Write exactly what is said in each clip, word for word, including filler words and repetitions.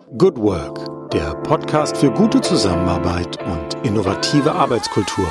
Good Work, der Podcast für gute Zusammenarbeit und innovative Arbeitskultur.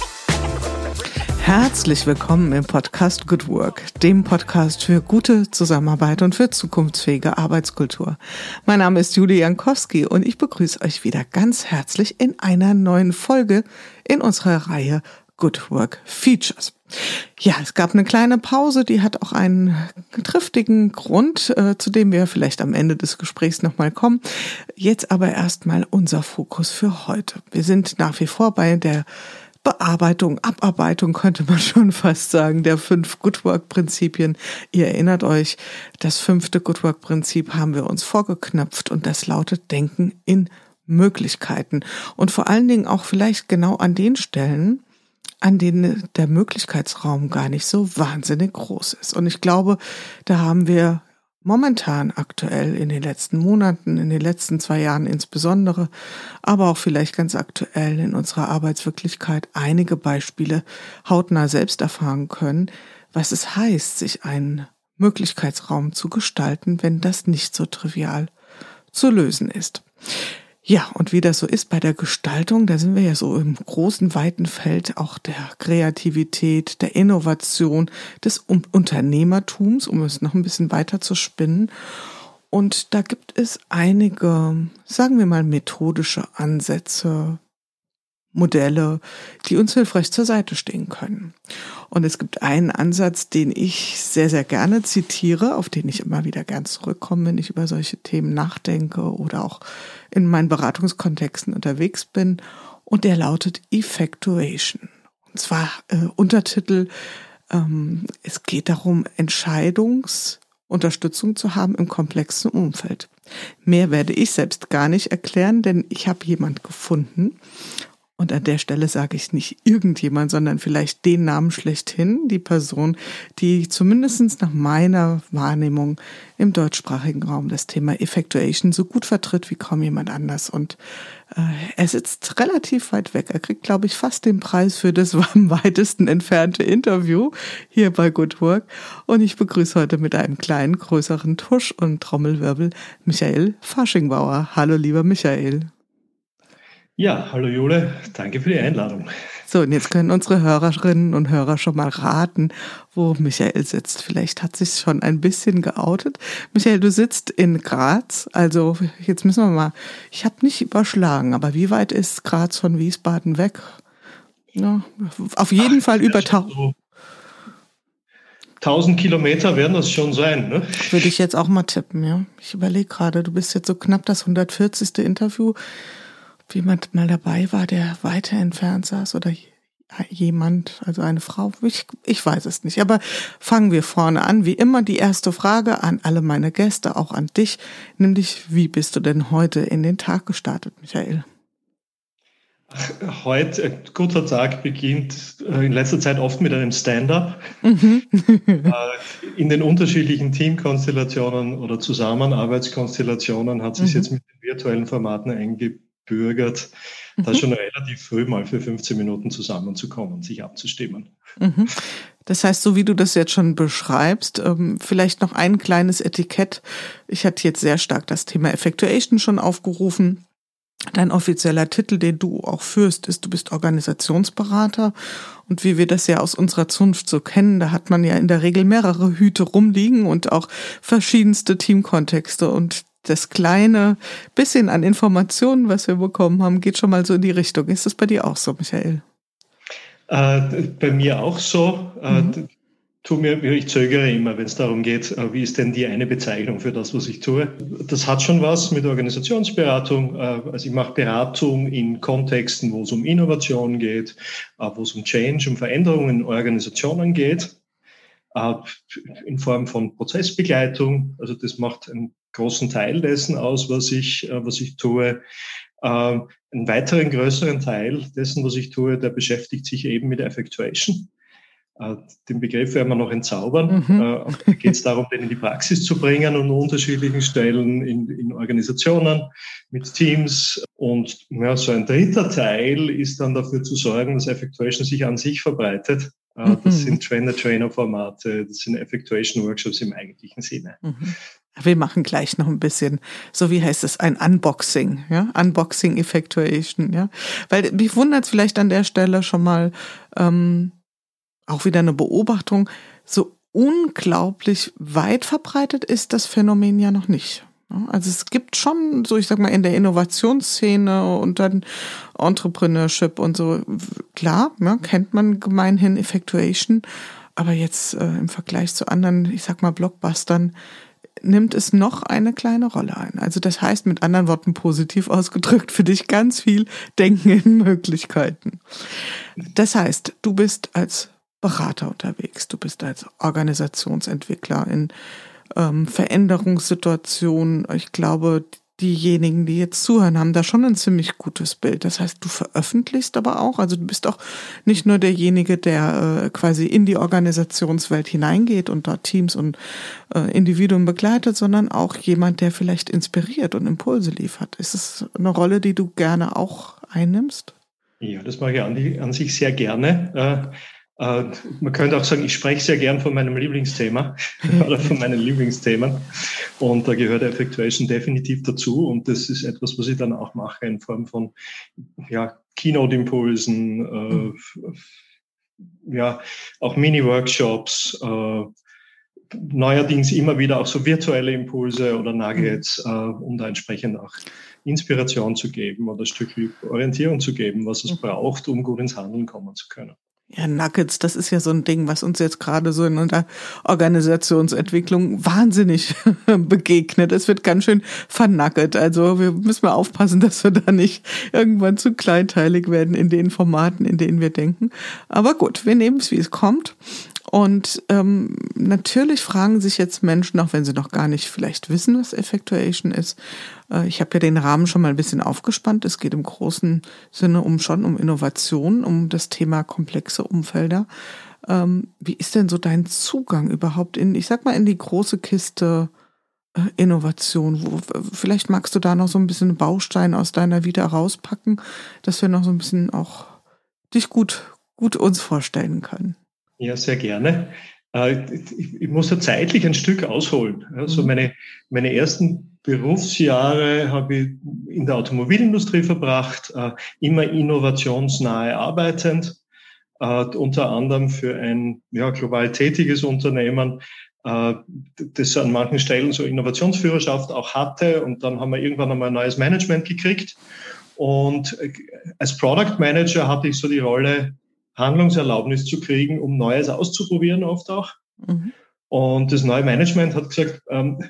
Herzlich willkommen im Podcast Good Work, dem Podcast für gute Zusammenarbeit und für zukunftsfähige Arbeitskultur. Mein Name ist Julie Jankowski und ich begrüße euch wieder ganz herzlich in einer neuen Folge in unserer Reihe Good Work Features. Ja, es gab eine kleine Pause, die hat auch einen triftigen Grund, äh, zu dem wir vielleicht am Ende des Gesprächs nochmal kommen. Jetzt aber erstmal unser Fokus für heute. Wir sind nach wie vor bei der Bearbeitung, Abarbeitung könnte man schon fast sagen, der fünf Good Work Prinzipien. Ihr erinnert euch, das fünfte Good Work Prinzip haben wir uns vorgeknöpft und das lautet Denken in Möglichkeiten. Und vor allen Dingen auch vielleicht genau an den Stellen, an denen der Möglichkeitsraum gar nicht so wahnsinnig groß ist. Und ich glaube, da haben wir momentan aktuell in den letzten Monaten, in den letzten zwei Jahren insbesondere, aber auch vielleicht ganz aktuell in unserer Arbeitswirklichkeit einige Beispiele hautnah selbst erfahren können, was es heißt, sich einen Möglichkeitsraum zu gestalten, wenn das nicht so trivial zu lösen ist. Ja, und wie das so ist bei der Gestaltung, da sind wir ja so im großen, weiten Feld auch der Kreativität, der Innovation, des Unternehmertums, um es noch ein bisschen weiter zu spinnen. Und da gibt es einige, sagen wir mal, methodische Ansätze, Modelle, die uns hilfreich zur Seite stehen können. Und es gibt einen Ansatz, den ich sehr, sehr gerne zitiere, auf den ich immer wieder gern zurückkomme, wenn ich über solche Themen nachdenke oder auch in meinen Beratungskontexten unterwegs bin. Und der lautet Effectuation. Und zwar äh, Untertitel, ähm, es geht darum, Entscheidungsunterstützung zu haben im komplexen Umfeld. Mehr werde ich selbst gar nicht erklären, denn ich habe jemand gefunden. Und an der Stelle sage ich nicht irgendjemand, sondern vielleicht den Namen schlechthin, die Person, die zumindest nach meiner Wahrnehmung im deutschsprachigen Raum das Thema Effectuation so gut vertritt wie kaum jemand anders. Und äh, er sitzt relativ weit weg. Er kriegt, glaube ich, fast den Preis für das am weitesten entfernte Interview hier bei Good Work. Und ich begrüße heute mit einem kleinen, größeren Tusch und Trommelwirbel Michael Faschingbauer. Hallo, lieber Michael. Ja, hallo Jule, danke für die Einladung. So, und jetzt können unsere Hörerinnen und Hörer schon mal raten, wo Michael sitzt. Vielleicht hat sich schon ein bisschen geoutet. Michael, du sitzt in Graz, also jetzt müssen wir mal, ich habe nicht überschlagen, aber wie weit ist Graz von Wiesbaden weg? Ja, auf jeden Ach, Fall über tausend. So tausend Kilometer werden das schon sein, ne? Würde ich jetzt auch mal tippen, ja. Ich überlege gerade, du bist jetzt so knapp das hundertvierzigste Interview. Jemand mal dabei war, der weiter entfernt saß oder jemand, also eine Frau, ich, ich weiß es nicht. Aber fangen wir vorne an. Wie immer die erste Frage an alle meine Gäste, auch an dich, nämlich wie bist du denn heute in den Tag gestartet, Michael? Heute, ein guter Tag beginnt in letzter Zeit oft mit einem Stand-up. Mhm. In den unterschiedlichen Teamkonstellationen oder Zusammenarbeitskonstellationen hat sich mhm. jetzt mit den virtuellen Formaten eingebürgert, mhm. da schon relativ früh mal für fünfzehn Minuten zusammenzukommen, sich abzustimmen. Mhm. Das heißt, so wie du das jetzt schon beschreibst, vielleicht noch ein kleines Etikett. Ich hatte jetzt sehr stark das Thema Effectuation schon aufgerufen. Dein offizieller Titel, den du auch führst, ist, du bist Organisationsberater. Und wie wir das ja aus unserer Zunft so kennen, da hat man ja in der Regel mehrere Hüte rumliegen und auch verschiedenste Teamkontexte. Und das kleine bisschen an Informationen, was wir bekommen haben, geht schon mal so in die Richtung. Ist das bei dir auch so, Michael? Äh, bei mir auch so. Mhm. Äh, tu mir, ich zögere immer, wenn es darum geht, wie ist denn die eine Bezeichnung für das, was ich tue. Das hat schon was mit Organisationsberatung. Also ich mache Beratung in Kontexten, wo es um Innovation geht, wo es um Change, um Veränderungen in Organisationen geht, in Form von Prozessbegleitung. Also das macht einen großen Teil dessen aus, was ich, was ich tue. Einen weiteren größeren Teil dessen, was ich tue, der beschäftigt sich eben mit Effectuation. Den Begriff werden wir noch entzaubern. Mhm. Da geht es darum, den in die Praxis zu bringen an unterschiedlichen Stellen in, in Organisationen, mit Teams. Und ja, so ein dritter Teil ist dann dafür zu sorgen, dass Effectuation sich an sich verbreitet. Mhm. Das sind Trainer-Trainer-Formate, das sind Effectuation-Workshops im eigentlichen Sinne. Mhm. Wir machen gleich noch ein bisschen, so wie heißt es, ein Unboxing, ja, Unboxing Effectuation, ja, weil mich wundert es vielleicht an der Stelle schon mal ähm, auch wieder eine Beobachtung, so unglaublich weit verbreitet ist das Phänomen ja noch nicht. Also es gibt schon, so ich sag mal, in der Innovationsszene und dann Entrepreneurship und so, klar, ja, kennt man gemeinhin Effectuation, aber jetzt äh, im Vergleich zu anderen, ich sag mal, Blockbustern, nimmt es noch eine kleine Rolle ein. Also das heißt, mit anderen Worten positiv ausgedrückt, für dich ganz viel Denken in Möglichkeiten. Das heißt, du bist als Berater unterwegs, du bist als Organisationsentwickler in ähm, Veränderungssituationen. Ich glaube, diejenigen, die jetzt zuhören, haben da schon ein ziemlich gutes Bild. Das heißt, du veröffentlichst aber auch, also du bist auch nicht nur derjenige, der äh, quasi in die Organisationswelt hineingeht und dort Teams und äh, Individuen begleitet, sondern auch jemand, der vielleicht inspiriert und Impulse liefert. Ist es eine Rolle, die du gerne auch einnimmst? Ja, das mache ich an, an sich sehr gerne. Äh, Uh, man könnte auch sagen, ich spreche sehr gern von meinem Lieblingsthema oder von meinen Lieblingsthemen und da gehört Effectuation definitiv dazu und das ist etwas, was ich dann auch mache in Form von ja, Keynote-Impulsen, uh, ja, auch Mini-Workshops, uh, neuerdings immer wieder auch so virtuelle Impulse oder Nuggets, uh, um da entsprechend auch Inspiration zu geben oder ein Stückchen Orientierung zu geben, was es braucht, um gut ins Handeln kommen zu können. Ja, Nuggets, das ist ja so ein Ding, was uns jetzt gerade so in unserer Organisationsentwicklung wahnsinnig begegnet. Es wird ganz schön vernugget. Also wir müssen mal aufpassen, dass wir da nicht irgendwann zu kleinteilig werden in den Formaten, in denen wir denken. Aber gut, wir nehmen es, wie es kommt. Und ähm, natürlich fragen sich jetzt Menschen, auch wenn sie noch gar nicht vielleicht wissen, was Effectuation ist. Äh, ich habe ja den Rahmen schon mal ein bisschen aufgespannt. Es geht im großen Sinne um schon um Innovation, um das Thema komplexe Umfelder. Ähm, wie ist denn so dein Zugang überhaupt in, ich sag mal, in die große Kiste äh, Innovation? Wo, vielleicht magst du da noch so ein bisschen Baustein aus deiner Vita rauspacken, dass wir noch so ein bisschen auch dich gut, gut uns vorstellen können. Ja, sehr gerne. Ich muss ja zeitlich ein Stück ausholen. Also meine, meine ersten Berufsjahre habe ich in der Automobilindustrie verbracht, immer innovationsnahe arbeitend, unter anderem für ein ja, global tätiges Unternehmen, das an manchen Stellen so Innovationsführerschaft auch hatte. Und dann haben wir irgendwann einmal ein neues Management gekriegt. Und als Product Manager hatte ich so die Rolle, Handlungserlaubnis zu kriegen, um Neues auszuprobieren oft auch. Mhm. Und das neue Management hat gesagt, ähm,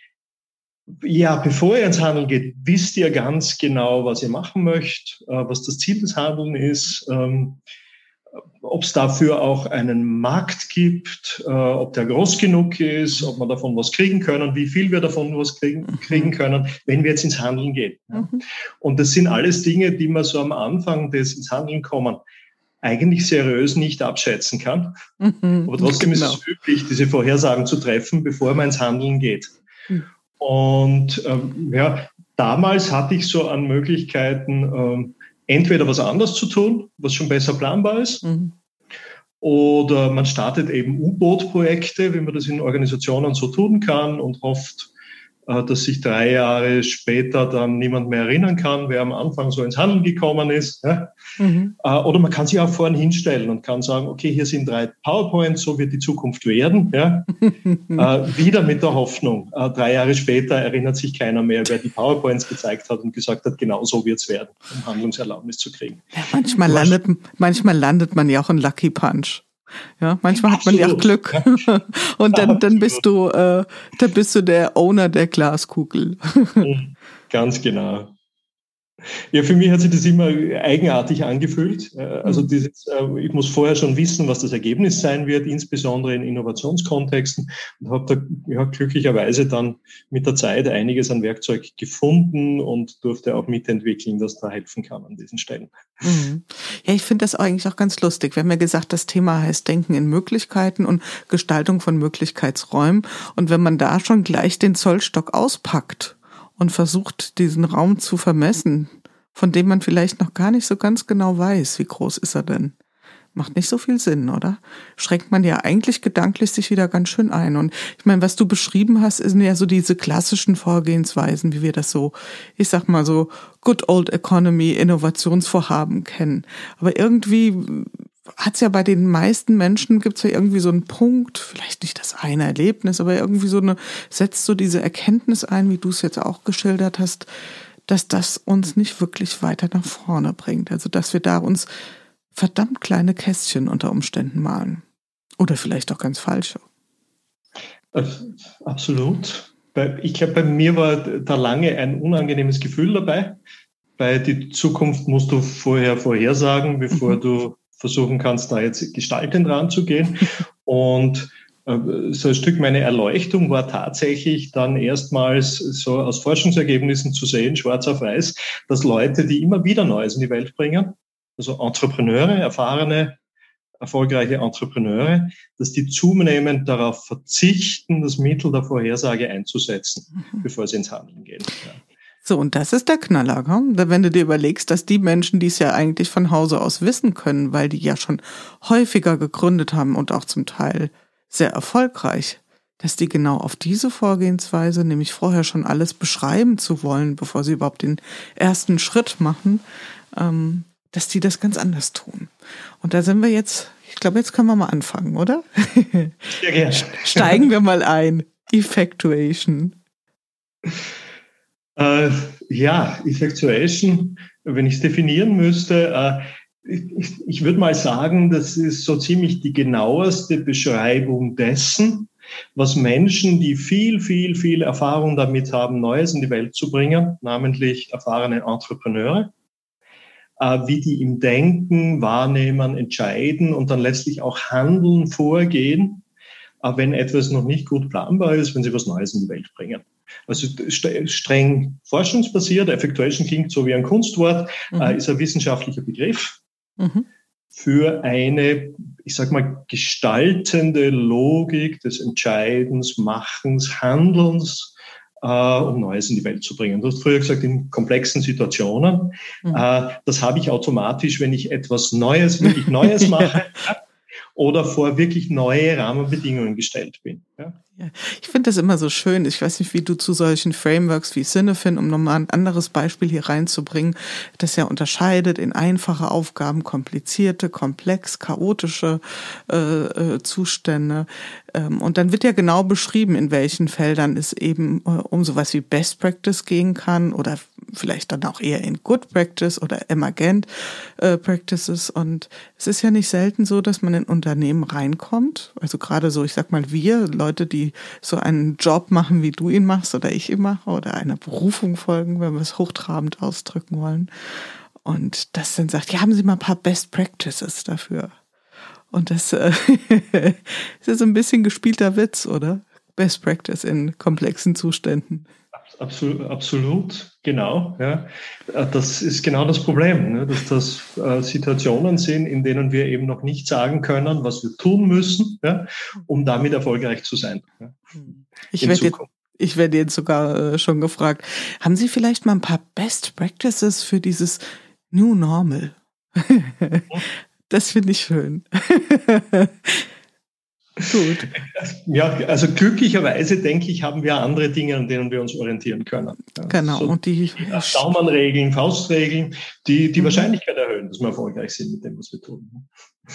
ja, bevor ihr ins Handeln geht, wisst ihr ganz genau, was ihr machen möchtet, äh, was das Ziel des Handelns ist, ähm, ob es dafür auch einen Markt gibt, äh, ob der groß genug ist, ob wir davon was kriegen können, wie viel wir davon was kriegen, kriegen können, wenn wir jetzt ins Handeln gehen. Ja. Mhm. Und das sind alles Dinge, die man so am Anfang des ins Handeln kommen eigentlich seriös nicht abschätzen kann. Mhm, aber trotzdem genau. ist es üblich, diese Vorhersagen zu treffen, bevor man ins Handeln geht. Mhm. Und ähm, ja, damals hatte ich so an Möglichkeiten, ähm, entweder was anderes zu tun, was schon besser planbar ist, mhm. oder man startet eben U-Boot-Projekte, wie man das in Organisationen so tun kann und hofft, dass sich drei Jahre später dann niemand mehr erinnern kann, wer am Anfang so ins Handeln gekommen ist. Ja? Mhm. Oder man kann sich auch vorhin hinstellen und kann sagen, okay, hier sind drei PowerPoints, so wird die Zukunft werden. Ja? äh, wieder mit der Hoffnung. Äh, drei Jahre später erinnert sich keiner mehr, wer die PowerPoints gezeigt hat und gesagt hat, genau so wird es werden, um Handlungserlaubnis zu kriegen. Ja, manchmal, landet, manchmal landet man ja auch in Lucky Punch. Ja, manchmal hat man ja auch Glück. Und dann, dann bist du, äh, dann bist du der Owner der Glaskugel. Ganz genau. Ja, für mich hat sich das immer eigenartig angefühlt. Also dieses, ich muss vorher schon wissen, was das Ergebnis sein wird, insbesondere in Innovationskontexten, und habe da ja, glücklicherweise dann mit der Zeit einiges an Werkzeug gefunden und durfte auch mitentwickeln, das da helfen kann an diesen Stellen. Ja, ich finde das eigentlich auch ganz lustig. Wir haben ja gesagt, das Thema heißt Denken in Möglichkeiten und Gestaltung von Möglichkeitsräumen. Und wenn man da schon gleich den Zollstock auspackt und versucht, diesen Raum zu vermessen, von dem man vielleicht noch gar nicht so ganz genau weiß, wie groß ist er denn? Macht nicht so viel Sinn, oder? Schränkt man ja eigentlich gedanklich sich wieder ganz schön ein. Und ich meine, was du beschrieben hast, sind ja so diese klassischen Vorgehensweisen, wie wir das so, ich sag mal so, Good Old Economy, Innovationsvorhaben kennen. Aber irgendwie hat's ja bei den meisten Menschen, gibt's ja irgendwie so einen Punkt, vielleicht nicht das eine Erlebnis, aber irgendwie so eine, setzt so diese Erkenntnis ein, wie du es jetzt auch geschildert hast, dass das uns nicht wirklich weiter nach vorne bringt. Also, dass wir da uns verdammt kleine Kästchen unter Umständen malen. Oder vielleicht auch ganz falsche. Absolut. Ich glaube, bei mir war da lange ein unangenehmes Gefühl dabei, weil die Zukunft musst du vorher vorhersagen, bevor mhm. du versuchen kannst, da jetzt gestaltend ranzugehen. Und so ein Stück meine Erleuchtung war tatsächlich dann erstmals so aus Forschungsergebnissen zu sehen, schwarz auf weiß, dass Leute, die immer wieder Neues in die Welt bringen, also Entrepreneure, erfahrene, erfolgreiche Entrepreneure, dass die zunehmend darauf verzichten, das Mittel der Vorhersage einzusetzen, mhm. bevor sie ins Handeln gehen. Ja. So, und das ist der Knaller, gell? Wenn du dir überlegst, dass die Menschen, die es ja eigentlich von Hause aus wissen können, weil die ja schon häufiger gegründet haben und auch zum Teil sehr erfolgreich, dass die genau auf diese Vorgehensweise, nämlich vorher schon alles beschreiben zu wollen, bevor sie überhaupt den ersten Schritt machen, ähm, dass die das ganz anders tun. Und da sind wir jetzt, ich glaube, jetzt können wir mal anfangen, oder? Ja, gerne. Steigen wir mal ein. Effectuation. Äh, ja, Effectuation, wenn ich es definieren müsste, äh, ich, ich würde mal sagen, das ist so ziemlich die genaueste Beschreibung dessen, was Menschen, die viel, viel, viel Erfahrung damit haben, Neues in die Welt zu bringen, namentlich erfahrene Entrepreneure, wie die im Denken, Wahrnehmen, Entscheiden und dann letztlich auch Handeln vorgehen, wenn etwas noch nicht gut planbar ist, wenn sie was Neues in die Welt bringen. Also streng forschungsbasiert, Effectuation klingt so wie ein Kunstwort, mhm. ist ein wissenschaftlicher Begriff mhm. für eine, ich sag mal, gestaltende Logik des Entscheidens, Machens, Handelns, um Neues in die Welt zu bringen. Du hast früher gesagt, in komplexen Situationen. Mhm. Das habe ich automatisch, wenn ich etwas Neues, wirklich Neues mache ja. oder vor wirklich neue Rahmenbedingungen gestellt bin. Ja. Ja, ich finde das immer so schön. Ich weiß nicht, wie du zu solchen Frameworks wie Cinefin, um nochmal ein anderes Beispiel hier reinzubringen, das ja unterscheidet in einfache Aufgaben, komplizierte, komplex, chaotische äh, äh, Zustände. Ähm, und dann wird ja genau beschrieben, in welchen Feldern es eben äh, um sowas wie Best Practice gehen kann oder vielleicht dann auch eher in Good Practice oder Emergent äh, Practices. Und es ist ja nicht selten so, dass man in Unternehmen reinkommt. Also gerade so, ich sag mal, wir, Leute, die so einen Job machen, wie du ihn machst oder ich ihn mache oder einer Berufung folgen, wenn wir es hochtrabend ausdrücken wollen. Und das dann sagt, ja, haben Sie mal ein paar Best Practices dafür. Und das äh, ist ja so ein bisschen gespielter Witz, oder? Best Practice in komplexen Zuständen. Absolut, absolut, genau. Ja. Das ist genau das Problem, ne? Dass das äh, Situationen sind, in denen wir eben noch nicht sagen können, was wir tun müssen, ja, um damit erfolgreich zu sein. Ja. Ich werde jetzt, ich werde jetzt sogar äh, schon gefragt, haben Sie vielleicht mal ein paar Best Practices für dieses New Normal? Das finde ich schön. Gut. Ja, also glücklicherweise, denke ich, haben wir andere Dinge, an denen wir uns orientieren können. Ja, genau. So und die Daumenregeln, Faustregeln, die die mhm. Wahrscheinlichkeit erhöhen, dass wir erfolgreich sind mit dem, was wir tun.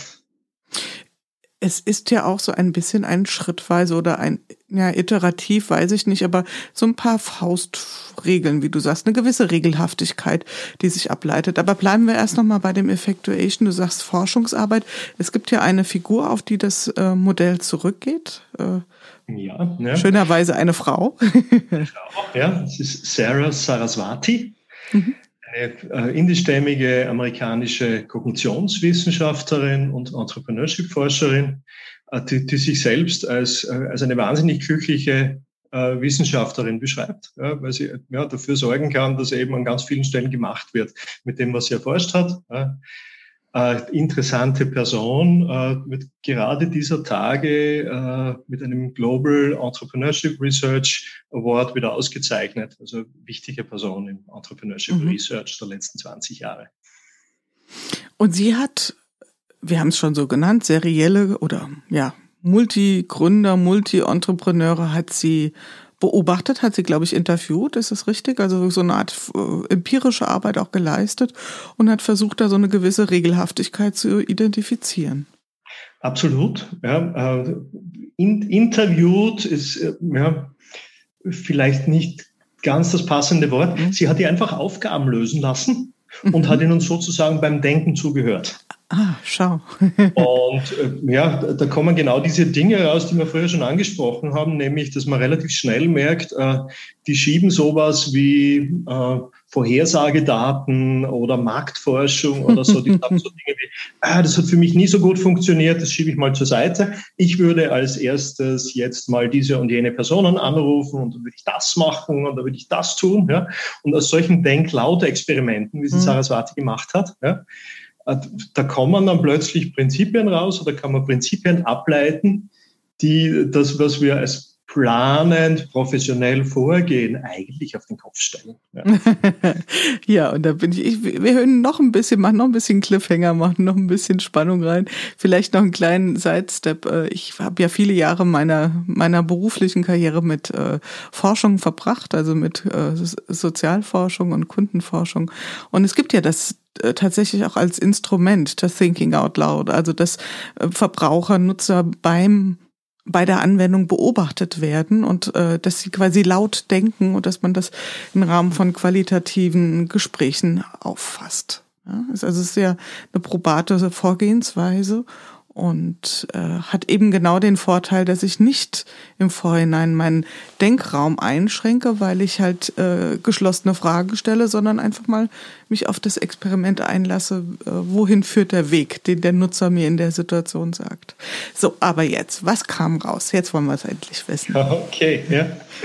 Es ist ja auch so ein bisschen ein schrittweise oder ein, ja, iterativ, weiß ich nicht, aber so ein paar Faustregeln, wie du sagst, eine gewisse Regelhaftigkeit, die sich ableitet. Aber bleiben wir erst nochmal bei dem Effectuation. Du sagst Forschungsarbeit. Es gibt ja eine Figur, auf die das äh, Modell zurückgeht. Äh, ja, ja. Schönerweise eine Frau. Ja, das ist Sarah Saraswati. Mhm. Eine indischstämmige amerikanische Kognitionswissenschaftlerin und Entrepreneurship-Forscherin, die, die sich selbst als, als eine wahnsinnig glückliche äh, Wissenschaftlerin beschreibt, ja, weil sie ja, dafür sorgen kann, dass eben an ganz vielen Stellen gemacht wird mit dem, was sie erforscht hat. Ja. Äh, interessante Person, äh, wird gerade dieser Tage äh, mit einem Global Entrepreneurship Research Award wieder ausgezeichnet. Also wichtige Person im Entrepreneurship mhm. Research der letzten zwanzig Jahre. Und sie hat wir haben es schon so genannt, serielle oder ja, Multigründer, Multi-Entrepreneure hat sie beobachtet, hat sie, glaube ich, interviewt, ist das richtig? Also so eine Art äh, empirische Arbeit auch geleistet und hat versucht, da so eine gewisse Regelhaftigkeit zu identifizieren. Absolut. Ja, äh, in, interviewt ist äh, ja, vielleicht nicht ganz das passende Wort. Mhm. Sie hat ihr einfach Aufgaben lösen lassen mhm. und hat ihnen sozusagen beim Denken zugehört. Ah, schau. Und äh, ja, da kommen genau diese Dinge raus, die wir vorher schon angesprochen haben, nämlich, dass man relativ schnell merkt, äh, die schieben sowas wie äh, Vorhersagedaten oder Marktforschung oder so, die haben so Dinge wie, ah, das hat für mich nie so gut funktioniert, das schiebe ich mal zur Seite. Ich würde als erstes jetzt mal diese und jene Personen anrufen und dann würde ich das machen und dann würde ich das tun. Ja? Und aus solchen Denk-laut-Experimenten, wie sie mhm. Saraswati gemacht hat, ja, da kommen dann plötzlich Prinzipien raus oder kann man Prinzipien ableiten, die das, was wir als planend, professionell vorgehen, eigentlich auf den Kopf stellen. Ja, ja und da bin ich, ich, wir hören noch ein bisschen, machen noch ein bisschen Cliffhanger, machen noch ein bisschen Spannung rein. Vielleicht noch einen kleinen Sidestep. Ich habe ja viele Jahre meiner, meiner beruflichen Karriere mit äh, Forschung verbracht, also mit äh, Sozialforschung und Kundenforschung. Und es gibt ja das tatsächlich auch als Instrument, das Thinking Out Loud, also dass Verbraucher, Nutzer beim bei der Anwendung beobachtet werden und äh, dass sie quasi laut denken und dass man das im Rahmen von qualitativen Gesprächen auffasst. Ja, also es ist ja eine probate Vorgehensweise und äh, hat eben genau den Vorteil, dass ich nicht im Vorhinein meinen Denkraum einschränke, weil ich halt äh, geschlossene Fragen stelle, sondern einfach mal mich auf das Experiment einlasse, äh, wohin führt der Weg, den der Nutzer mir in der Situation sagt. So, aber jetzt, was kam raus? Jetzt wollen wir es endlich wissen. Okay, ja.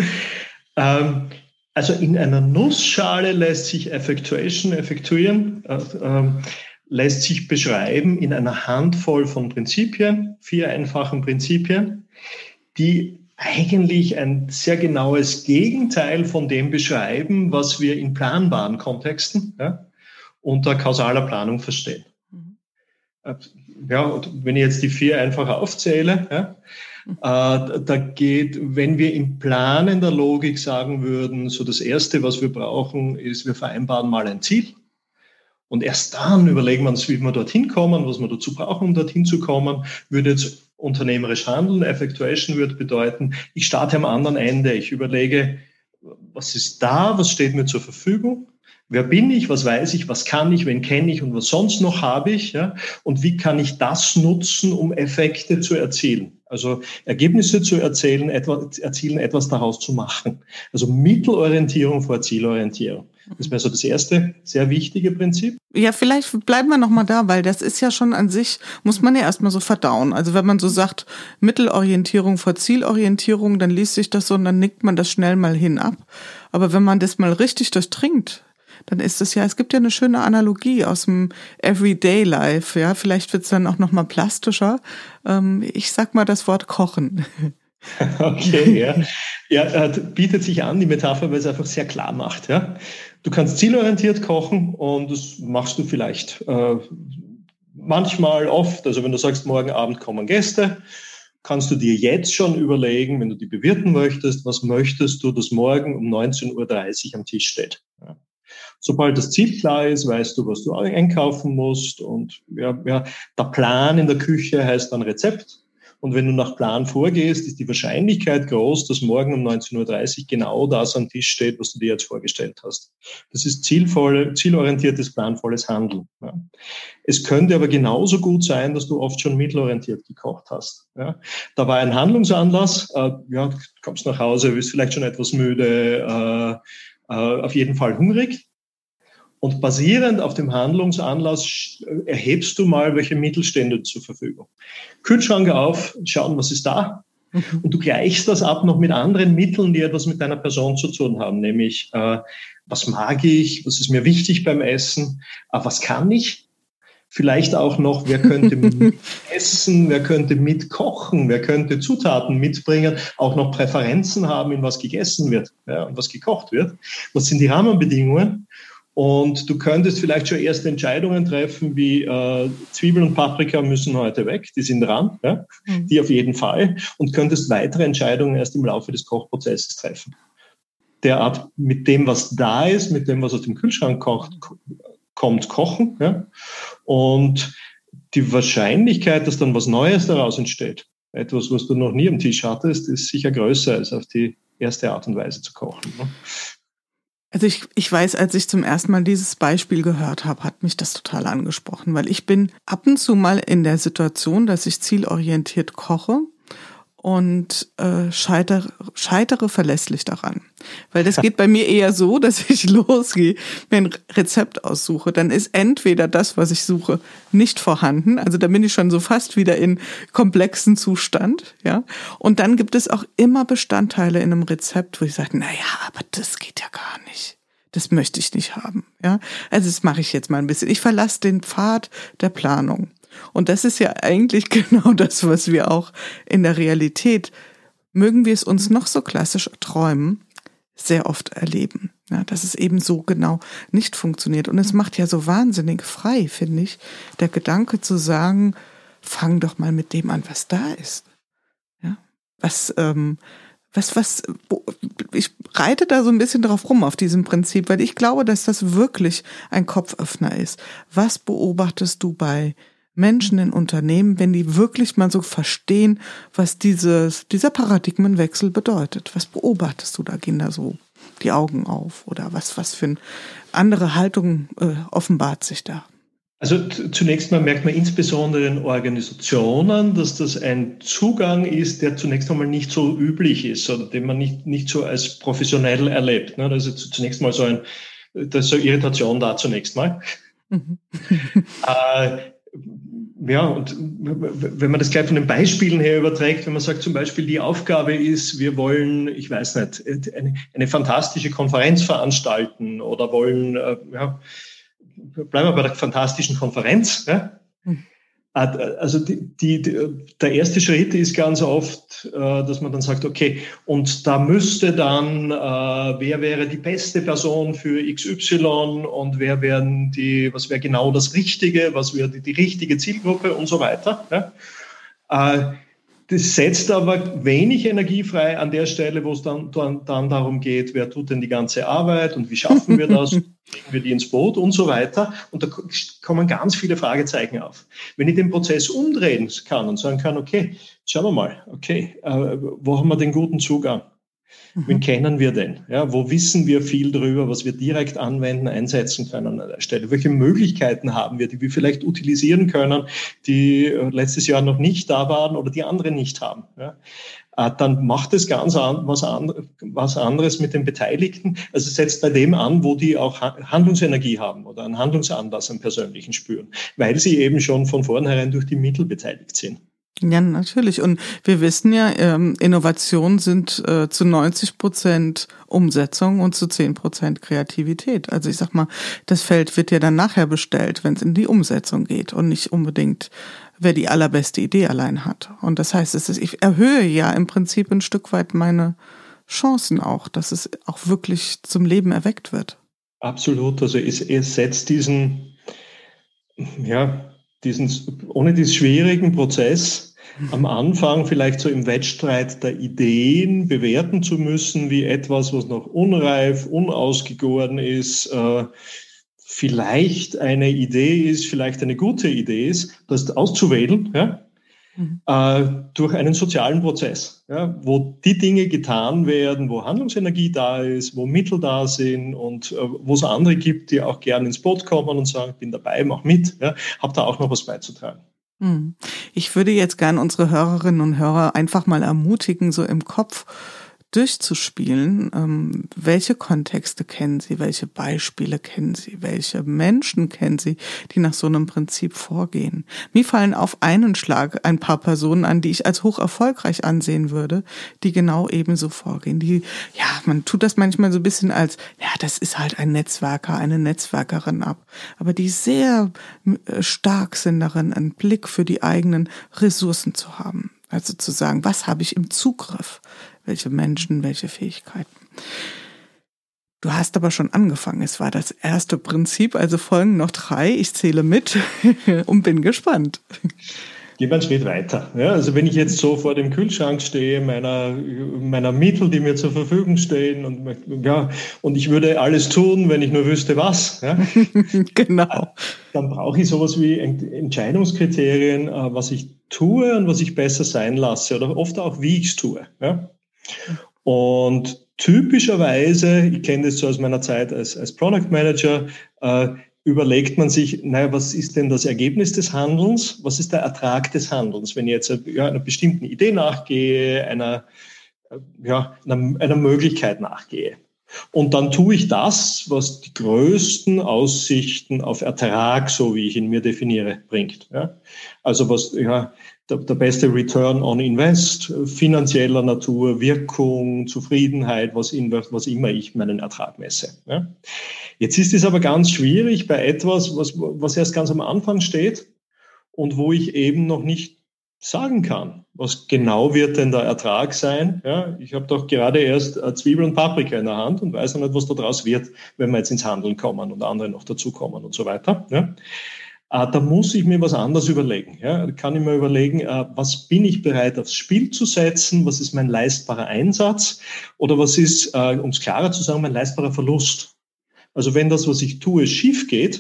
ähm, also in einer Nussschale lässt sich Effectuation effektuieren, äh, ähm, lässt sich beschreiben in einer Handvoll von Prinzipien, vier einfachen Prinzipien, die eigentlich ein sehr genaues Gegenteil von dem beschreiben, was wir in planbaren Kontexten ja, unter kausaler Planung verstehen. Mhm. Ja, und wenn ich jetzt die vier einfach aufzähle, ja, äh, da geht, wenn wir im Planen der Logik sagen würden, so das Erste, was wir brauchen, ist, wir vereinbaren mal ein Ziel. Und erst dann überlegen wir uns, wie wir dorthin kommen, was wir dazu brauchen, um dorthin zu kommen. Würde jetzt unternehmerisch handeln, Effectuation würde bedeuten, ich starte am anderen Ende. Ich überlege, was ist da, was steht mir zur Verfügung? Wer bin ich, was weiß ich, was kann ich, wen kenne ich und was sonst noch habe ich? Ja? Und wie kann ich das nutzen, um Effekte zu erzielen? Also Ergebnisse zu erzählen, etwa, erzielen, etwas daraus zu machen. Also Mittelorientierung vor Zielorientierung. Das wäre so das erste sehr wichtige Prinzip. Ja, vielleicht bleiben wir nochmal da, weil das ist ja schon an sich, muss man ja erstmal so verdauen. Also wenn man so sagt, Mittelorientierung vor Zielorientierung, dann liest sich das so und dann nickt man das schnell mal hinab. Aber wenn man das mal richtig durchdringt, dann ist es ja, es gibt ja eine schöne Analogie aus dem Everyday Life, ja, vielleicht wird es dann auch nochmal plastischer. Ähm, ich sag mal das Wort Kochen. Okay, ja. Ja, bietet sich an, die Metapher, weil es einfach sehr klar macht, ja. Du kannst zielorientiert kochen und das machst du vielleicht äh, manchmal oft, also wenn du sagst, morgen Abend kommen Gäste, kannst du dir jetzt schon überlegen, wenn du die bewirten möchtest, was möchtest du, dass morgen um neunzehn Uhr dreißig am Tisch steht. Ja. Sobald das Ziel klar ist, weißt du, was du einkaufen musst und ja, ja, der Plan in der Küche heißt dann Rezept. Und wenn du nach Plan vorgehst, ist die Wahrscheinlichkeit groß, dass morgen um neunzehn Uhr dreißig genau das am Tisch steht, was du dir jetzt vorgestellt hast. Das ist zielvoll, zielorientiertes, planvolles Handeln. Ja. Es könnte aber genauso gut sein, dass du oft schon mittelorientiert gekocht hast. Ja. Da war ein Handlungsanlass, äh, ja, du kommst nach Hause, bist vielleicht schon etwas müde, äh, äh, auf jeden Fall hungrig. Und basierend auf dem Handlungsanlass erhebst du mal, welche Mittelstände zur Verfügung. Kühlschrank auf, schauen, was ist da? Mhm. Und du gleichst das ab noch mit anderen Mitteln, die etwas mit deiner Person zu tun haben. Nämlich, äh, was mag ich? Was ist mir wichtig beim Essen? Äh, was kann ich? Vielleicht auch noch, wer könnte mit essen? Wer könnte mitkochen? Wer könnte Zutaten mitbringen? Auch noch Präferenzen haben, in was gegessen wird, ja, und was gekocht wird. Was sind die Rahmenbedingungen? Und du könntest vielleicht schon erste Entscheidungen treffen, wie äh, Zwiebeln und Paprika müssen heute weg, die sind dran, ja? Mhm. Die auf jeden Fall. Und könntest weitere Entscheidungen erst im Laufe des Kochprozesses treffen. Derart mit dem, was da ist, mit dem, was aus dem Kühlschrank kocht, kommt, kochen. Ja? Und die Wahrscheinlichkeit, dass dann was Neues daraus entsteht, etwas, was du noch nie am Tisch hattest, ist sicher größer als auf die erste Art und Weise zu kochen. Ne? Also ich, ich weiß, als ich zum ersten Mal dieses Beispiel gehört habe, hat mich das total angesprochen, weil ich bin ab und zu mal in der Situation, dass ich zielorientiert koche und äh, scheitere, scheitere verlässlich daran. Weil das geht bei mir eher so, dass ich losgehe, mir ein Rezept aussuche. Dann ist entweder das, was ich suche, nicht vorhanden. Also da bin ich schon so fast wieder in komplexen Zustand. Ja. Und dann gibt es auch immer Bestandteile in einem Rezept, wo ich sage, na ja, aber das geht ja gar nicht. Das möchte ich nicht haben. Ja. Also das mache ich jetzt mal ein bisschen. Ich verlasse den Pfad der Planung. Und das ist ja eigentlich genau das, was wir auch in der Realität, mögen wir es uns noch so klassisch träumen, sehr oft erleben. Ja, dass es eben so genau nicht funktioniert. Und es macht ja so wahnsinnig frei, finde ich, der Gedanke zu sagen, fang doch mal mit dem an, was da ist. Ja, was, ähm, was, was, ich reite da so ein bisschen drauf rum auf diesem Prinzip, weil ich glaube, dass das wirklich ein Kopföffner ist. Was beobachtest du bei Menschen in Unternehmen, wenn die wirklich mal so verstehen, was dieses, dieser Paradigmenwechsel bedeutet? Was beobachtest du da? Gehen da so die Augen auf? Oder was, was für eine andere Haltung äh, offenbart sich da? Also t- zunächst mal merkt man insbesondere in Organisationen, dass das ein Zugang ist, der zunächst einmal nicht so üblich ist oder den man nicht, nicht so als professionell erlebt. Ne? Das ist zunächst mal so ein, das ist so Irritation da zunächst mal. Mhm. äh, Ja, und wenn man das gleich von den Beispielen her überträgt, wenn man sagt zum Beispiel, die Aufgabe ist, wir wollen, ich weiß nicht, eine, eine fantastische Konferenz veranstalten oder wollen, ja, bleiben wir bei der fantastischen Konferenz. Ja? Mhm. Also die, die, der erste Schritt ist ganz oft, dass man dann sagt, okay, und da müsste dann, wer wäre die beste Person für X Y und wer wären die, was wäre genau das Richtige, was wäre die, die richtige Zielgruppe und so weiter. Ja? Das setzt aber wenig Energie frei an der Stelle, wo es dann, dann, dann darum geht, wer tut denn die ganze Arbeit und wie schaffen wir das, kriegen wir die ins Boot und so weiter. Und da kommen ganz viele Fragezeichen auf. Wenn ich den Prozess umdrehen kann und sagen kann, okay, schauen wir mal, okay, äh, wo haben wir den guten Zugang? Wen kennen wir denn? Ja, wo wissen wir viel drüber, was wir direkt anwenden, einsetzen können an der Stelle? Welche Möglichkeiten haben wir, die wir vielleicht utilisieren können, die letztes Jahr noch nicht da waren oder die andere nicht haben? Ja, dann macht es ganz an, was, an, was anderes mit den Beteiligten. Also setzt bei dem an, wo die auch Handlungsenergie haben oder einen Handlungsanlass am Persönlichen spüren, weil sie eben schon von vornherein durch die Mittel beteiligt sind. Ja, natürlich. Und wir wissen ja, ähm, Innovationen sind äh, zu neunzig Prozent Umsetzung und zu zehn Prozent Kreativität. Also ich sag mal, das Feld wird ja dann nachher bestellt, wenn es in die Umsetzung geht und nicht unbedingt, wer die allerbeste Idee allein hat. Und das heißt, es ist, ich erhöhe ja im Prinzip ein Stück weit meine Chancen auch, dass es auch wirklich zum Leben erweckt wird. Absolut. Also es, es setzt diesen, ja, diesen, ohne diesen schwierigen Prozess am Anfang vielleicht so im Wettstreit der Ideen bewerten zu müssen, wie etwas, was noch unreif, unausgegoren ist, äh, vielleicht eine Idee ist, vielleicht eine gute Idee ist, das auszuwählen, ja, mhm. äh, durch einen sozialen Prozess, ja, wo die Dinge getan werden, wo Handlungsenergie da ist, wo Mittel da sind und äh, wo es andere gibt, die auch gerne ins Boot kommen und sagen, ich bin dabei, mach mit, ja, hab da auch noch was beizutragen. Ich würde jetzt gern unsere Hörerinnen und Hörer einfach mal ermutigen, so im Kopf durchzuspielen. Ähm, welche Kontexte kennen Sie? Welche Beispiele kennen Sie? Welche Menschen kennen Sie, die nach so einem Prinzip vorgehen? Mir fallen auf einen Schlag ein paar Personen an, die ich als hoch erfolgreich ansehen würde, die genau ebenso vorgehen. Die, ja, man tut das manchmal so ein bisschen als, ja, das ist halt ein Netzwerker, eine Netzwerkerin ab. Aber die sehr äh, stark sind darin, einen Blick für die eigenen Ressourcen zu haben. Also zu sagen, was habe ich im Zugriff? Welche Menschen, welche Fähigkeiten. Du hast aber schon angefangen. Es war das erste Prinzip, also folgen noch drei. Ich zähle mit und bin gespannt. Gehen wir einen Schritt weiter. Ja, also wenn ich jetzt so vor dem Kühlschrank stehe, meiner, meiner Mittel, die mir zur Verfügung stehen, und, ja, und ich würde alles tun, wenn ich nur wüsste, was. Ja, genau. Dann brauche ich sowas wie Entscheidungskriterien, was ich tue und was ich besser sein lasse, oder oft auch, wie ich es tue. Ja. Und typischerweise, ich kenne das so aus meiner Zeit als, als Product Manager, äh, überlegt man sich, naja, was ist denn das Ergebnis des Handelns? Was ist der Ertrag des Handelns? Wenn ich jetzt ja, einer bestimmten Idee nachgehe, einer, ja, einer, einer Möglichkeit nachgehe. Und dann tue ich das, was die größten Aussichten auf Ertrag, so wie ich ihn mir definiere, bringt. Ja? Also was, ja, der, der beste Return on Invest, finanzieller Natur, Wirkung, Zufriedenheit, was, in, was immer ich meinen Ertrag messe. Ja? Jetzt ist es aber ganz schwierig bei etwas, was, was erst ganz am Anfang steht und wo ich eben noch nicht sagen kann, was genau wird denn der Ertrag sein. Ja, ich habe doch gerade erst Zwiebel und Paprika in der Hand und weiß noch nicht, was da draus wird, wenn wir jetzt ins Handeln kommen und andere noch dazukommen und so weiter. Ja. Da muss ich mir was anderes überlegen. Ja. Da kann ich mir überlegen, was bin ich bereit aufs Spiel zu setzen, was ist mein leistbarer Einsatz oder was ist, um es klarer zu sagen, mein leistbarer Verlust. Also wenn das, was ich tue, schief geht,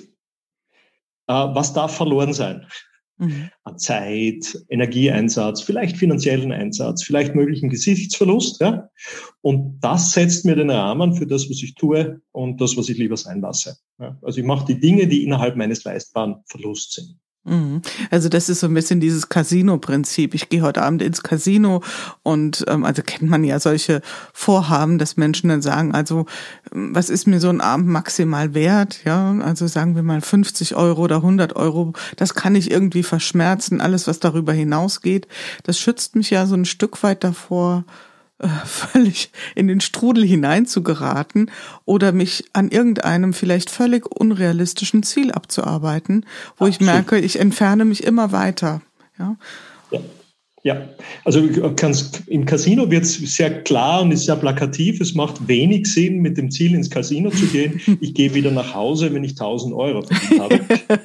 was darf verloren sein? Mhm. An Zeit, Energieeinsatz, vielleicht finanziellen Einsatz, vielleicht möglichen Gesichtsverlust. Ja? Und das setzt mir den Rahmen für das, was ich tue und das, was ich lieber sein lasse. Ja? Also ich mache die Dinge, die innerhalb meines leistbaren Verlusts sind. Also das ist so ein bisschen dieses Casino-Prinzip. Ich gehe heute Abend ins Casino und ähm, also kennt man ja solche Vorhaben, dass Menschen dann sagen, also was ist mir so ein Abend maximal wert? Ja, also sagen wir mal fünfzig Euro oder hundert Euro, das kann ich irgendwie verschmerzen. Alles, was darüber hinausgeht, das schützt mich ja so ein Stück weit davor, völlig in den Strudel hineinzugeraten oder mich an irgendeinem vielleicht völlig unrealistischen Ziel abzuarbeiten, wo Absolut. Ich merke, ich entferne mich immer weiter. Ja, ja. ja. Also im Casino wird es sehr klar und ist sehr plakativ. Es macht wenig Sinn, mit dem Ziel ins Casino zu gehen. Ich gehe wieder nach Hause, wenn ich tausend Euro verdient habe.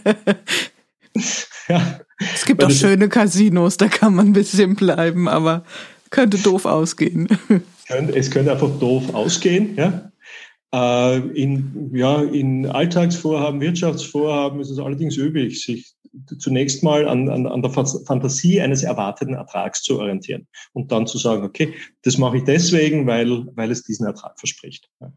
ja. Es gibt auch schöne Casinos, da kann man ein bisschen bleiben, aber könnte doof ausgehen. Es könnte einfach doof ausgehen. Ja. In, ja, in Alltagsvorhaben, Wirtschaftsvorhaben ist es allerdings üblich, sich zunächst mal an, an, an der Fantasie eines erwarteten Ertrags zu orientieren und dann zu sagen, okay, das mache ich deswegen, weil, weil es diesen Ertrag verspricht. Ja.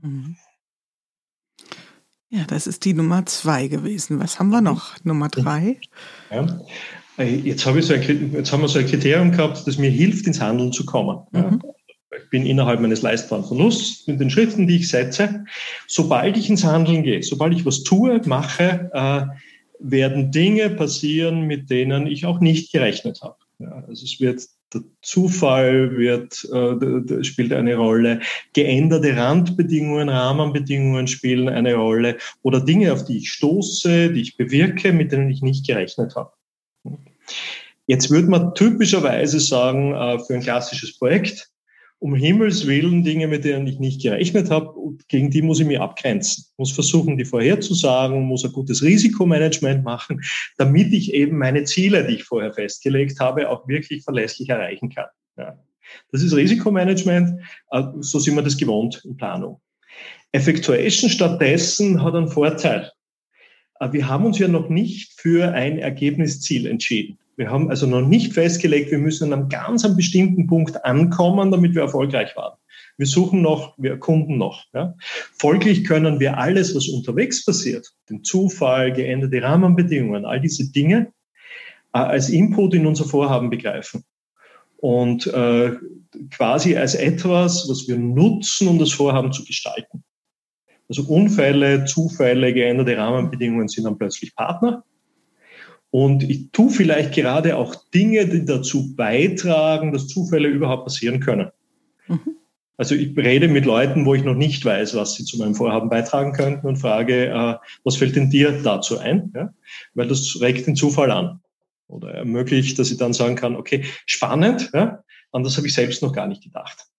Ja, das ist die Nummer zwei gewesen. Was haben wir noch? Nummer drei? Ja. Jetzt, habe ich so ein, jetzt haben wir so ein Kriterium gehabt, das mir hilft, ins Handeln zu kommen. Mhm. Ich bin innerhalb meines leistbaren Verlusts mit den Schritten, die ich setze. Sobald ich ins Handeln gehe, sobald ich was tue, mache, äh, werden Dinge passieren, mit denen ich auch nicht gerechnet habe. Ja, also es wird der Zufall wird, äh, spielt eine Rolle, geänderte Randbedingungen, Rahmenbedingungen spielen eine Rolle oder Dinge, auf die ich stoße, die ich bewirke, mit denen ich nicht gerechnet habe. Jetzt würde man typischerweise sagen, für ein klassisches Projekt, um Himmels Willen Dinge, mit denen ich nicht gerechnet habe, gegen die muss ich mich abgrenzen, muss versuchen, die vorherzusagen, muss ein gutes Risikomanagement machen, damit ich eben meine Ziele, die ich vorher festgelegt habe, auch wirklich verlässlich erreichen kann. Ja. Das ist Risikomanagement, so sind wir das gewohnt in Planung. Effectuation stattdessen hat einen Vorteil. Wir haben uns ja noch nicht für ein Ergebnisziel entschieden. Wir haben also noch nicht festgelegt, wir müssen an einem ganz einem bestimmten Punkt ankommen, damit wir erfolgreich waren. Wir suchen noch, wir erkunden noch. Ja. Folglich können wir alles, was unterwegs passiert, den Zufall, geänderte Rahmenbedingungen, all diese Dinge, äh, als Input in unser Vorhaben begreifen. Und äh, quasi als etwas, was wir nutzen, um das Vorhaben zu gestalten. Also Unfälle, Zufälle, geänderte Rahmenbedingungen sind dann plötzlich Partner. Und ich tue vielleicht gerade auch Dinge, die dazu beitragen, dass Zufälle überhaupt passieren können. Mhm. Also ich rede mit Leuten, wo ich noch nicht weiß, was sie zu meinem Vorhaben beitragen könnten und frage, äh, was fällt denn dir dazu ein? Ja? Weil das regt den Zufall an. Oder ermöglicht, dass ich dann sagen kann, okay, spannend, ja? An das habe ich selbst noch gar nicht gedacht.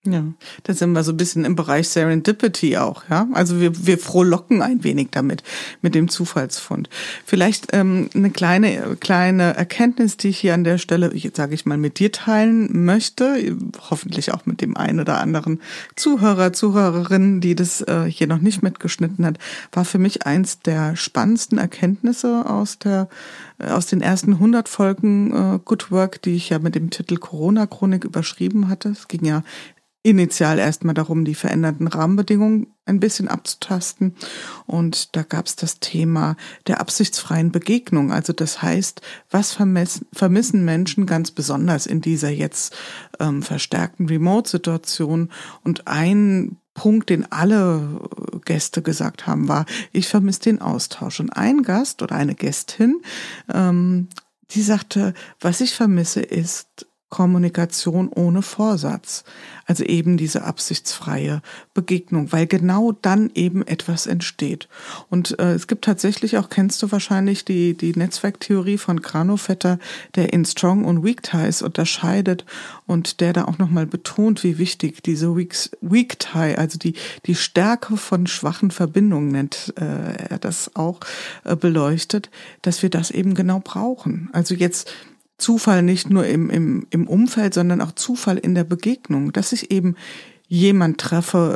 Ja, da sind wir so ein bisschen im Bereich Serendipity auch, ja. Also wir, wir frohlocken ein wenig damit, mit dem Zufallsfund. Vielleicht ähm, eine kleine, kleine Erkenntnis, die ich hier an der Stelle, jetzt sage ich mal, mit dir teilen möchte, hoffentlich auch mit dem einen oder anderen Zuhörer, Zuhörerin, die das äh, hier noch nicht mitgeschnitten hat, war für mich eins der spannendsten Erkenntnisse aus der aus den ersten hundert Folgen äh, Good Work, die ich ja mit dem Titel Corona-Chronik überschrieben hatte. Es ging ja initial erstmal darum, die veränderten Rahmenbedingungen ein bisschen abzutasten. Und da gab es das Thema der absichtsfreien Begegnung. Also das heißt, was vermissen, vermissen Menschen ganz besonders in dieser jetzt ähm, verstärkten Remote-Situation? Und ein Punkt, den alle Gäste gesagt haben, war, ich vermisse den Austausch. Und ein Gast oder eine Gästin, ähm, die sagte, was ich vermisse, ist Kommunikation ohne Vorsatz. Also eben diese absichtsfreie Begegnung, weil genau dann eben etwas entsteht. Und äh, es gibt tatsächlich auch, kennst du wahrscheinlich die die Netzwerktheorie von Granovetter, der in Strong und Weak Ties unterscheidet und der da auch nochmal betont, wie wichtig diese Weak, Weak Tie, also die die Stärke von schwachen Verbindungen nennt äh, er das auch, äh, beleuchtet, dass wir das eben genau brauchen. Also jetzt Zufall nicht nur im, im, im Umfeld, sondern auch Zufall in der Begegnung, dass ich eben jemand treffe,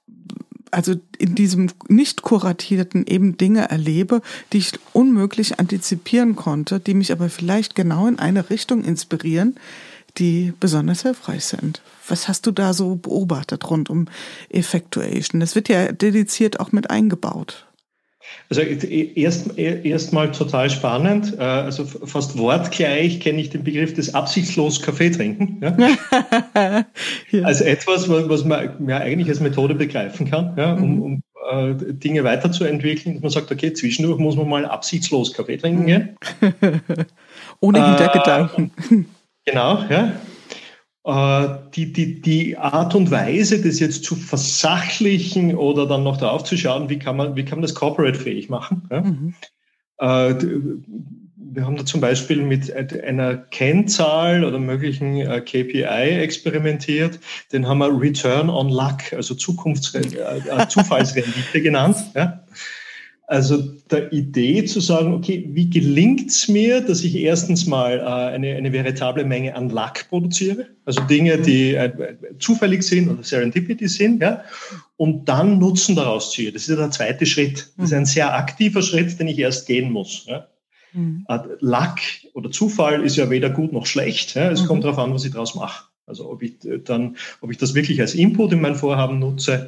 also in diesem nicht kuratierten eben Dinge erlebe, die ich unmöglich antizipieren konnte, die mich aber vielleicht genau in eine Richtung inspirieren, die besonders hilfreich sind. Was hast du da so beobachtet rund um Effectuation? Das wird ja dediziert auch mit eingebaut. Also erst erstmal total spannend, also fast wortgleich kenne ich den Begriff des absichtslos Kaffee trinken, ja? Ja. Also etwas, was man ja eigentlich als Methode begreifen kann, ja, um, um äh, Dinge weiterzuentwickeln. Man sagt, okay, zwischendurch muss man mal absichtslos Kaffee trinken gehen. Ohne Hintergedanken. Äh, genau, ja. Die, die, die Art und Weise, das jetzt zu versachlichen oder dann noch darauf zu schauen, wie kann man, wie kann man das corporate-fähig machen. Ja? Mhm. Wir haben da zum Beispiel mit einer Kennzahl oder möglichen K P I experimentiert. Den haben wir Return on Luck, also Zukunfts- Zufallsrendite genannt. Ja? Also der Idee zu sagen, okay, wie gelingt es mir, dass ich erstens mal äh, eine, eine veritable Menge an Luck produziere, also Dinge, die äh, zufällig sind oder Serendipity sind, ja, und dann Nutzen daraus ziehe. Das ist ja der zweite Schritt. Das ist ein sehr aktiver Schritt, den ich erst gehen muss. Ja. Mhm. Äh, Luck oder Zufall ist ja weder gut noch schlecht. Ja. Es mhm. kommt darauf an, was ich daraus mache. Also ob ich dann, ob ich das wirklich als Input in mein Vorhaben nutze,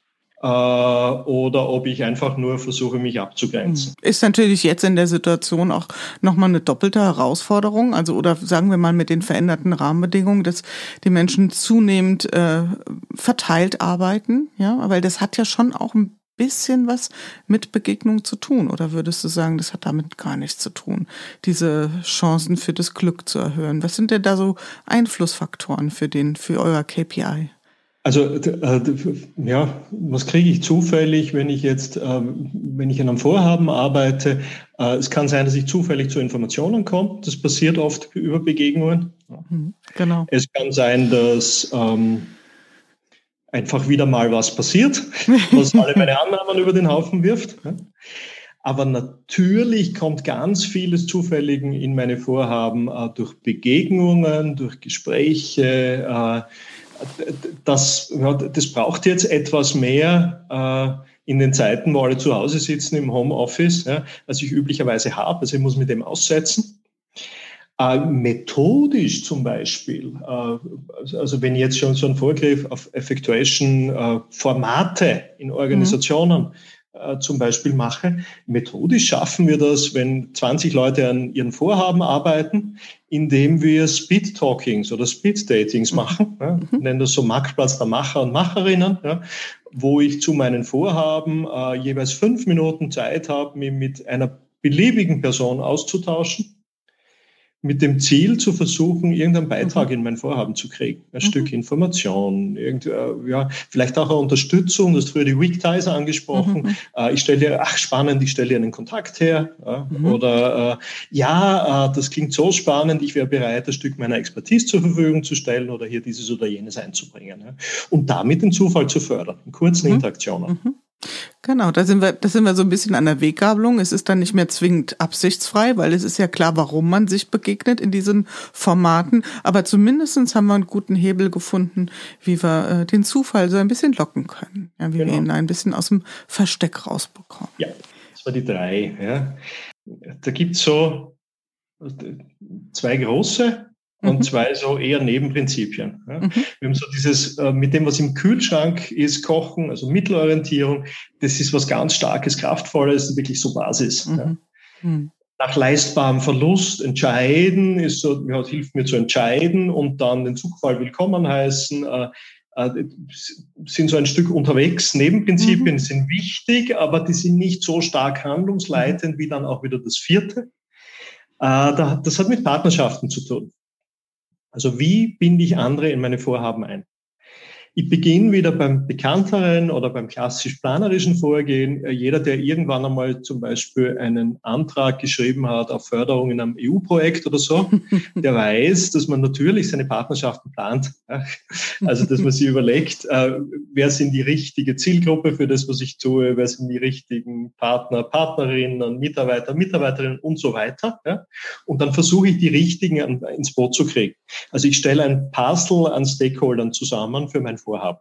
oder ob ich einfach nur versuche, mich abzugrenzen. Ist natürlich jetzt in der Situation auch nochmal eine doppelte Herausforderung, also oder sagen wir mal mit den veränderten Rahmenbedingungen, dass die Menschen zunehmend äh, verteilt arbeiten, ja, weil das hat ja schon auch ein bisschen was mit Begegnung zu tun, oder würdest du sagen, das hat damit gar nichts zu tun, diese Chancen für das Glück zu erhöhen? Was sind denn da so Einflussfaktoren für den, für euer K P I? Also äh, ja, was kriege ich zufällig, wenn ich jetzt, äh, wenn ich an einem Vorhaben arbeite? Äh, es kann sein, dass ich zufällig zu Informationen komme. Das passiert oft über Begegnungen. Mhm, genau. Es kann sein, dass ähm, einfach wieder mal was passiert, was alle meine Annahmen über den Haufen wirft. Aber natürlich kommt ganz vieles Zufälligen in meine Vorhaben äh, durch Begegnungen, durch Gespräche. Äh, Das, ja, das braucht jetzt etwas mehr äh, in den Zeiten, wo alle zu Hause sitzen im Homeoffice, ja, als ich üblicherweise habe. Also ich muss mit dem aussetzen. Äh, methodisch zum Beispiel, äh, also wenn ich jetzt schon so einen Vorgriff auf Effectuation-Formate äh, in Organisationen mhm. äh, zum Beispiel mache, methodisch schaffen wir das, wenn zwanzig Leute an ihren Vorhaben arbeiten, indem wir Speed-Talkings oder Speed-Datings machen. Ja, mhm. nennen das so Marktplatz der Macher und Macherinnen, ja, wo ich zu meinen Vorhaben äh, jeweils fünf Minuten Zeit habe, mich mit einer beliebigen Person auszutauschen. mit dem Ziel zu versuchen, irgendeinen Beitrag Mhm. in mein Vorhaben zu kriegen. Ein Mhm. Stück Information, irgend, äh, ja, vielleicht auch eine Unterstützung. Du hast früher die Weekties angesprochen. Mhm. Äh, ich stelle dir, ach spannend, ich stelle dir einen Kontakt her. Ja, Mhm. oder äh, ja, äh, das klingt so spannend, ich wäre bereit, ein Stück meiner Expertise zur Verfügung zu stellen oder hier dieses oder jenes einzubringen. Ja. Und damit den Zufall zu fördern, in kurzen Mhm. Interaktionen. Mhm. Genau, da sind wir, da sind wir so ein bisschen an der Weggabelung. Es ist dann nicht mehr zwingend absichtsfrei, weil es ist ja klar, warum man sich begegnet in diesen Formaten. Aber zumindestens haben wir einen guten Hebel gefunden, wie wir äh, den Zufall so ein bisschen locken können. Ja, wie Genau. wir ihn ein bisschen aus dem Versteck rausbekommen. Ja, das war die drei. Ja. Da gibt es so zwei große und Mhm. zwei so eher Nebenprinzipien. Ja. Mhm. Wir haben so dieses, äh, mit dem, was im Kühlschrank ist, Kochen, also Mittelorientierung, das ist was ganz Starkes, Kraftvolles, wirklich so Basis. Mhm. Ja. Mhm. Nach leistbarem Verlust entscheiden, ist so, ja, hilft mir zu entscheiden und dann den Zufall willkommen heißen, äh, äh, sind so ein Stück unterwegs. Nebenprinzipien Mhm. sind wichtig, aber die sind nicht so stark handlungsleitend wie dann auch wieder das vierte. Äh, das hat mit Partnerschaften zu tun. Also wie binde ich andere in meine Vorhaben ein? Ich beginne wieder beim bekannteren oder beim klassisch planerischen Vorgehen. Jeder, der irgendwann einmal zum Beispiel einen Antrag geschrieben hat auf Förderung in einem E U-Projekt oder so, der weiß, dass man natürlich seine Partnerschaften plant. Also, dass man sich überlegt, wer sind die richtige Zielgruppe für das, was ich tue, wer sind die richtigen Partner, Partnerinnen, Mitarbeiter, Mitarbeiterinnen und so weiter. Und dann versuche ich, die richtigen ins Boot zu kriegen. Also ich stelle ein Puzzle an Stakeholdern zusammen für mein Vorhaben.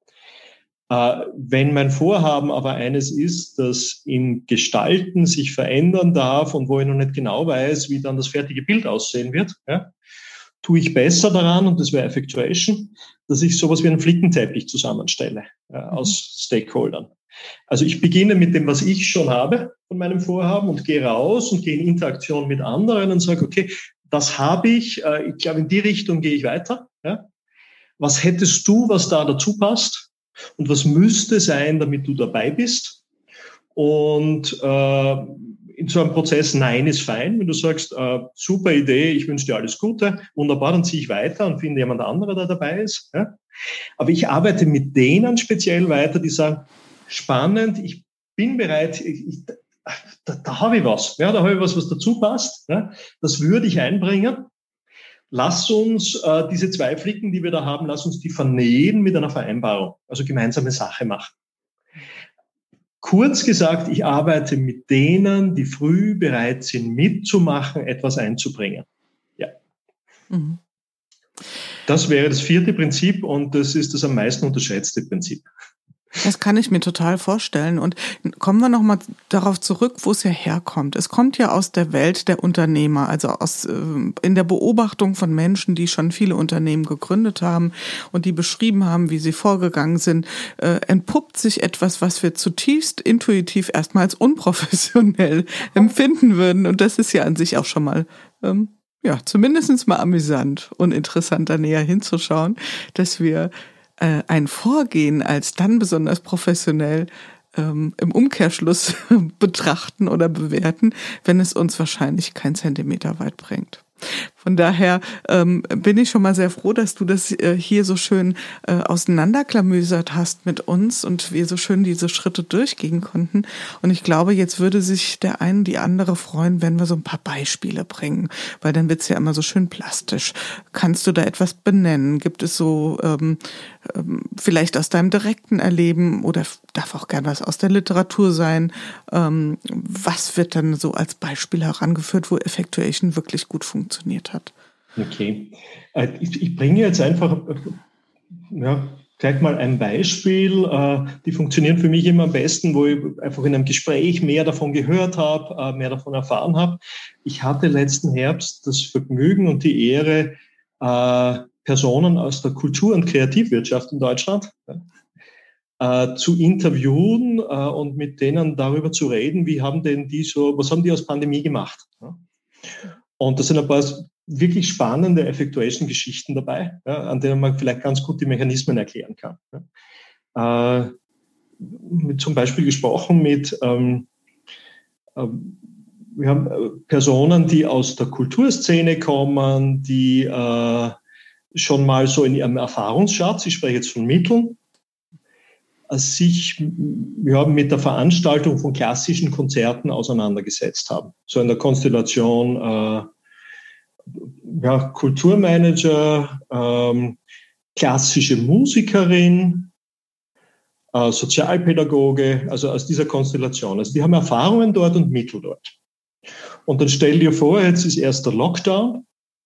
Äh, wenn mein Vorhaben aber eines ist, das im Gestalten sich verändern darf und wo ich noch nicht genau weiß, wie dann das fertige Bild aussehen wird, ja, tue ich besser daran, und das wäre Effectuation, dass ich sowas wie einen Flickenteppich zusammenstelle äh, aus Stakeholdern. Also ich beginne mit dem, was ich schon habe von meinem Vorhaben und gehe raus und gehe in Interaktion mit anderen und sage, okay, das habe ich, äh, ich glaube, in die Richtung gehe ich weiter. Ja. Was hättest du, was da dazu passt? Und was müsste sein, damit du dabei bist? Und äh, in so einem Prozess, nein ist fein. Wenn du sagst, äh, super Idee, ich wünsche dir alles Gute, wunderbar, dann ziehe ich weiter und finde jemand anderer, der dabei ist. Ja? Aber ich arbeite mit denen speziell weiter, die sagen, spannend, ich bin bereit, ich, ich, da, da habe ich was. Ja, da habe ich was, was dazu passt. Ja? Das würde ich einbringen. Lass uns äh, diese zwei Flicken, die wir da haben, lass uns die vernähen mit einer Vereinbarung, also gemeinsame Sache machen. Kurz gesagt, ich arbeite mit denen, die früh bereit sind, mitzumachen, etwas einzubringen. Ja. Mhm. Das wäre das vierte Prinzip und das ist das am meisten unterschätzte Prinzip. Das kann ich mir total vorstellen. Und kommen wir nochmal darauf zurück, wo es ja herkommt. Es kommt ja aus der Welt der Unternehmer, also aus in der Beobachtung von Menschen, die schon viele Unternehmen gegründet haben und die beschrieben haben, wie sie vorgegangen sind, äh, entpuppt sich etwas, was wir zutiefst intuitiv erstmal als unprofessionell empfinden würden. Und das ist ja an sich auch schon mal ähm, ja zumindest mal amüsant und interessant, da näher hinzuschauen, dass wir ein Vorgehen als dann besonders professionell ähm, im Umkehrschluss betrachten oder bewerten, wenn es uns wahrscheinlich keinen Zentimeter weit bringt. Von daher ähm, bin ich schon mal sehr froh, dass du das äh, hier so schön äh, auseinanderklamüsert hast mit uns und wir so schön diese Schritte durchgehen konnten. Und ich glaube, jetzt würde sich der eine, die andere freuen, wenn wir so ein paar Beispiele bringen, weil dann wird's ja immer so schön plastisch. Kannst du da etwas benennen? Gibt es so ähm, ähm, vielleicht aus deinem direkten Erleben oder darf auch gern was aus der Literatur sein? Ähm, was wird dann so als Beispiel herangeführt, wo Effectuation wirklich gut funktioniert hat? Okay. Ich, ich bringe jetzt einfach ja, gleich mal ein Beispiel. Die funktionieren für mich immer am besten, wo ich einfach in einem Gespräch mehr davon gehört habe, mehr davon erfahren habe. Ich hatte letzten Herbst das Vergnügen und die Ehre, Personen aus der Kultur- und Kreativwirtschaft in Deutschland zu interviewen und mit denen darüber zu reden, wie haben denn die so, was haben die aus Pandemie gemacht? Und da sind ein paar wirklich spannende Effectuation-Geschichten dabei, ja, an denen man vielleicht ganz gut die Mechanismen erklären kann. Ja. Äh, mit zum Beispiel gesprochen mit ähm, ähm, wir haben Personen, die aus der Kulturszene kommen, die äh, schon mal so in ihrem Erfahrungsschatz, ich spreche jetzt von Mitteln, sich ja, mit der Veranstaltung von klassischen Konzerten auseinandergesetzt haben. So in der Konstellation äh, ja, Kulturmanager, ähm, klassische Musikerin, äh, Sozialpädagoge, also aus dieser Konstellation. Also die haben Erfahrungen dort und Mittel dort. Und dann stell dir vor, jetzt ist erst der Lockdown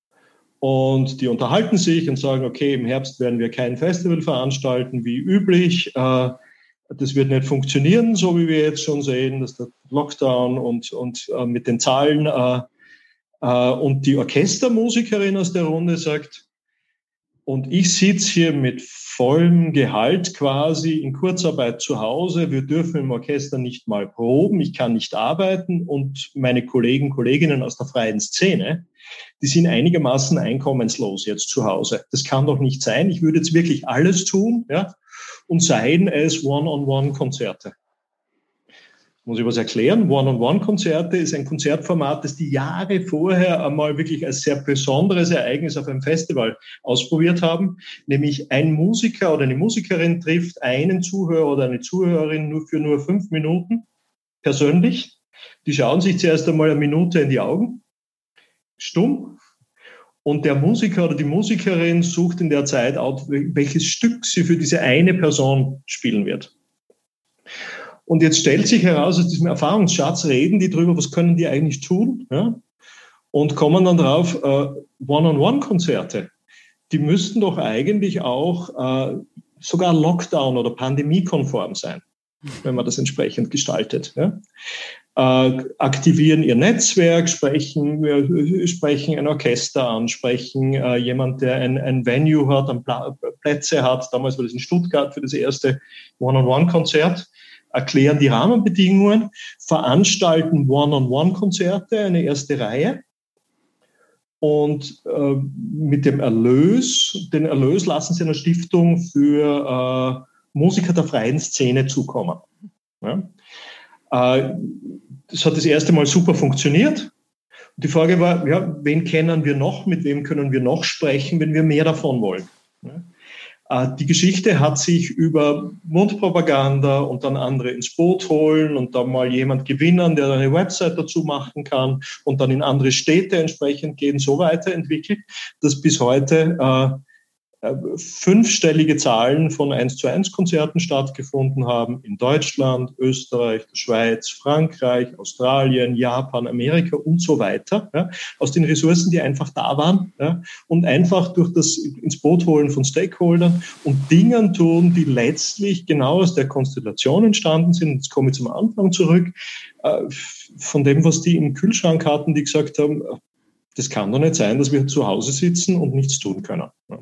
und die unterhalten sich und sagen, okay, im Herbst werden wir kein Festival veranstalten wie üblich. Äh, das wird nicht funktionieren, so wie wir jetzt schon sehen, dass der Lockdown und, und äh, mit den Zahlen äh, äh, und die Orchestermusikerin aus der Runde sagt, und ich sitze hier mit vollem Gehalt quasi in Kurzarbeit zu Hause. Wir dürfen im Orchester nicht mal proben. Ich kann nicht arbeiten. Und meine Kollegen, Kolleginnen aus der freien Szene, die sind einigermaßen einkommenslos jetzt zu Hause. Das kann doch nicht sein. Ich würde jetzt wirklich alles tun, ja, und seien es One-on-One-Konzerte. Muss ich was erklären? One-on-One-Konzerte ist ein Konzertformat, das die Jahre vorher einmal wirklich als sehr besonderes Ereignis auf einem Festival ausprobiert haben. Nämlich ein Musiker oder eine Musikerin trifft einen Zuhörer oder eine Zuhörerin nur für nur fünf Minuten persönlich. Die schauen sich zuerst einmal eine Minute in die Augen, stumm. Und der Musiker oder die Musikerin sucht in der Zeit aus, welches Stück sie für diese eine Person spielen wird. Und jetzt stellt sich heraus, aus diesem Erfahrungsschatz reden die drüber, was können die eigentlich tun, ja? Und kommen dann drauf, äh, One-on-One-Konzerte, die müssten doch eigentlich auch äh, sogar Lockdown- oder pandemiekonform sein, wenn man das entsprechend gestaltet. Ja? Äh, aktivieren ihr Netzwerk, sprechen, äh, sprechen ein Orchester an, sprechen äh, jemand, der ein, ein Venue hat, ein Pla- Plätze hat, damals war das in Stuttgart für das erste One-on-One-Konzert, erklären die Rahmenbedingungen, veranstalten One-on-One-Konzerte, eine erste Reihe und äh, mit dem Erlös, den Erlös lassen sie einer Stiftung für äh, Musiker der freien Szene zukommen. Ja? Äh, das hat das erste Mal super funktioniert. Und die Frage war, ja, wen kennen wir noch, mit wem können wir noch sprechen, wenn wir mehr davon wollen? Ja? Die Geschichte hat sich über Mundpropaganda und dann andere ins Boot holen und dann mal jemand gewinnen, der eine Website dazu machen kann und dann in andere Städte entsprechend gehen, so weiterentwickelt, dass bis heute äh, fünfstellige Zahlen von eins zu eins Konzerten stattgefunden haben in Deutschland, Österreich, der Schweiz, Frankreich, Australien, Japan, Amerika und so weiter, ja, aus den Ressourcen, die einfach da waren, ja, und einfach durch das ins Boot holen von Stakeholdern und Dingen tun, die letztlich genau aus der Konstellation entstanden sind. Jetzt komme ich zum Anfang zurück, äh, von dem, was die im Kühlschrank hatten, die gesagt haben, das kann doch nicht sein, dass wir zu Hause sitzen und nichts tun können. Ja.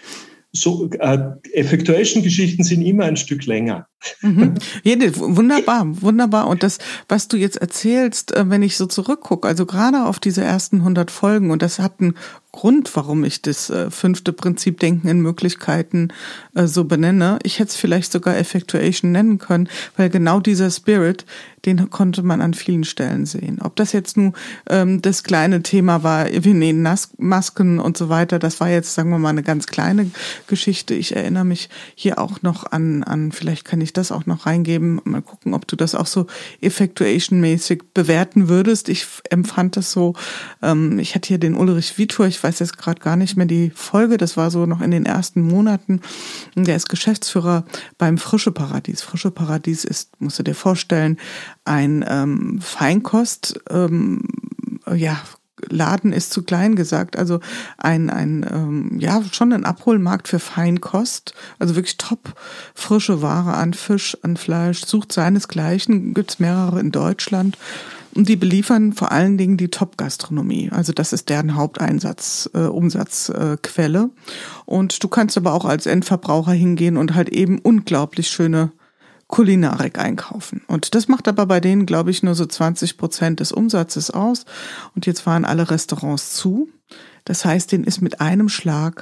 So, äh, Effectuation-Geschichten sind immer ein Stück länger. Mhm. Jede, wunderbar, wunderbar. Und das, was du jetzt erzählst, äh, wenn ich so zurückgucke, also gerade auf diese ersten hundert Folgen, und das hat einen Grund, warum ich das äh, fünfte Prinzip Denken in Möglichkeiten äh, so benenne. Ich hätte es vielleicht sogar Effectuation nennen können, weil genau dieser Spirit, den konnte man an vielen Stellen sehen. Ob das jetzt nur ähm, das kleine Thema war, wir nähen Nas- Masken und so weiter, das war jetzt, sagen wir mal, eine ganz kleine Geschichte. Ich erinnere mich hier auch noch an, an vielleicht kann ich das auch noch reingeben, mal gucken, ob du das auch so Effectuation-mäßig bewerten würdest. Ich empfand das so, ähm, ich hatte hier den Ulrich Vitor, ich weiß jetzt gerade gar nicht mehr die Folge, das war so noch in den ersten Monaten, der ist Geschäftsführer beim Frische Paradies. Frische Paradies ist, musst du dir vorstellen, ein ähm, Feinkost, ähm, ja, Laden ist zu klein gesagt, also ein, ein ähm, ja, schon ein Abholmarkt für Feinkost, also wirklich top frische Ware an Fisch, an Fleisch, sucht seinesgleichen, gibt's mehrere in Deutschland und die beliefern vor allen Dingen die Top-Gastronomie, also das ist deren Haupteinsatz, äh, Umsatzquelle äh, und du kannst aber auch als Endverbraucher hingehen und halt eben unglaublich schöne Kulinarik einkaufen. Und das macht aber bei denen, glaube ich, nur so zwanzig Prozent des Umsatzes aus. Und jetzt waren alle Restaurants zu. Das heißt, denen ist mit einem Schlag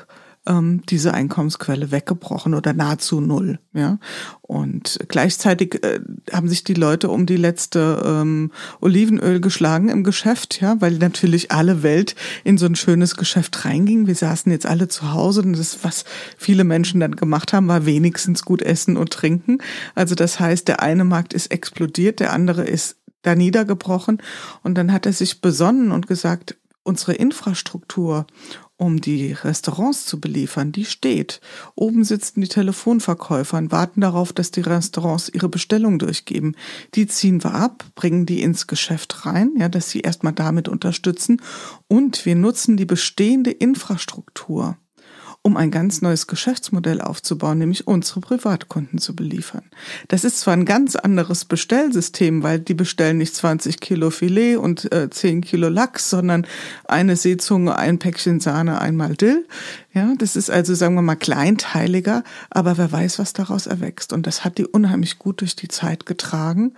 ähm, diese Einkommensquelle weggebrochen oder nahezu null. Ja, und gleichzeitig äh, haben sich die Leute um die letzte ähm, Olivenöl geschlagen im Geschäft, ja, weil natürlich alle Welt in so ein schönes Geschäft reinging. Wir saßen jetzt alle zu Hause und das, was viele Menschen dann gemacht haben, war wenigstens gut essen und trinken. Also das heißt, der eine Markt ist explodiert, der andere ist da niedergebrochen und dann hat er sich besonnen und gesagt, unsere Infrastruktur, um die Restaurants zu beliefern, die steht. Oben sitzen die Telefonverkäufer und warten darauf, dass die Restaurants ihre Bestellung durchgeben. Die ziehen wir ab, bringen die ins Geschäft rein, ja, dass sie erstmal damit unterstützen. Und wir nutzen die bestehende Infrastruktur, um ein ganz neues Geschäftsmodell aufzubauen, nämlich unsere Privatkunden zu beliefern. Das ist zwar ein ganz anderes Bestellsystem, weil die bestellen nicht zwanzig Kilo Filet und äh, zehn Kilo Lachs, sondern eine Seezunge, ein Päckchen Sahne, einmal Dill. Ja, das ist also, sagen wir mal, kleinteiliger, aber wer weiß, was daraus erwächst. Und das hat die unheimlich gut durch die Zeit getragen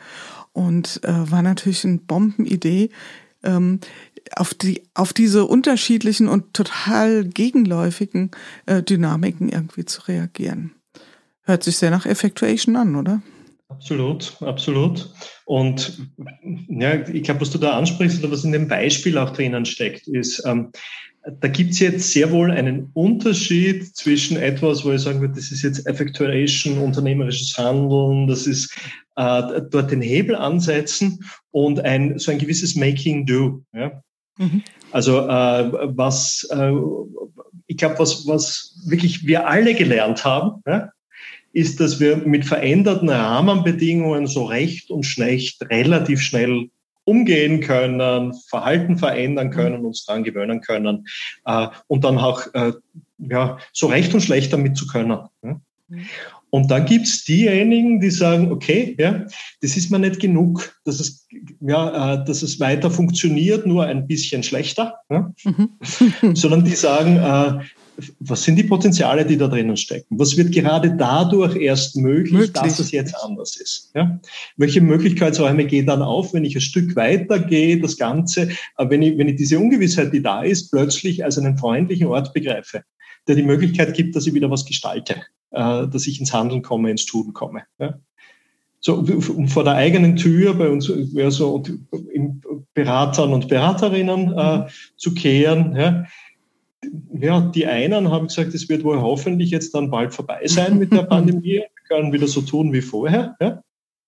und äh, war natürlich eine Bombenidee, ähm, auf die, auf diese unterschiedlichen und total gegenläufigen äh, Dynamiken irgendwie zu reagieren. Hört sich sehr nach Effectuation an, oder? Absolut, absolut. Und ja, ich glaube, was du da ansprichst oder was in dem Beispiel auch drinnen steckt, ist, ähm, da gibt es jetzt sehr wohl einen Unterschied zwischen etwas, wo ich sagen würde, das ist jetzt Effectuation, unternehmerisches Handeln, das ist äh, dort den Hebel ansetzen und ein so ein gewisses Making-Do. Ja? Mhm. Also äh, was äh, ich glaube, was was wirklich wir alle gelernt haben, ja, ist, dass wir mit veränderten Rahmenbedingungen so recht und schlecht relativ schnell umgehen können, Verhalten verändern können, uns daran gewöhnen können äh, und dann auch äh, ja, so recht und schlecht damit zu können. Ja. Und dann gibt's diejenigen, die sagen, okay, ja, das ist mir nicht genug, dass es, ja, äh, dass es weiter funktioniert, nur ein bisschen schlechter, ja? Mhm. Sondern die sagen, äh, was sind die Potenziale, die da drinnen stecken? Was wird gerade dadurch erst möglich, möglich, dass es jetzt anders ist? Ja? Welche Möglichkeitsräume gehen dann auf, wenn ich ein Stück weiter gehe, das Ganze, wenn ich, wenn ich diese Ungewissheit, die da ist, plötzlich als einen freundlichen Ort begreife, der die Möglichkeit gibt, dass ich wieder was gestalte, äh, dass ich ins Handeln komme, ins Tun komme. Ja? So, um vor der eigenen Tür bei uns ja, so, Beratern und Beraterinnen äh, zu kehren, ja? Ja, die einen haben gesagt, es wird wohl hoffentlich jetzt dann bald vorbei sein mit der Pandemie. Wir können wieder so tun wie vorher. Ja?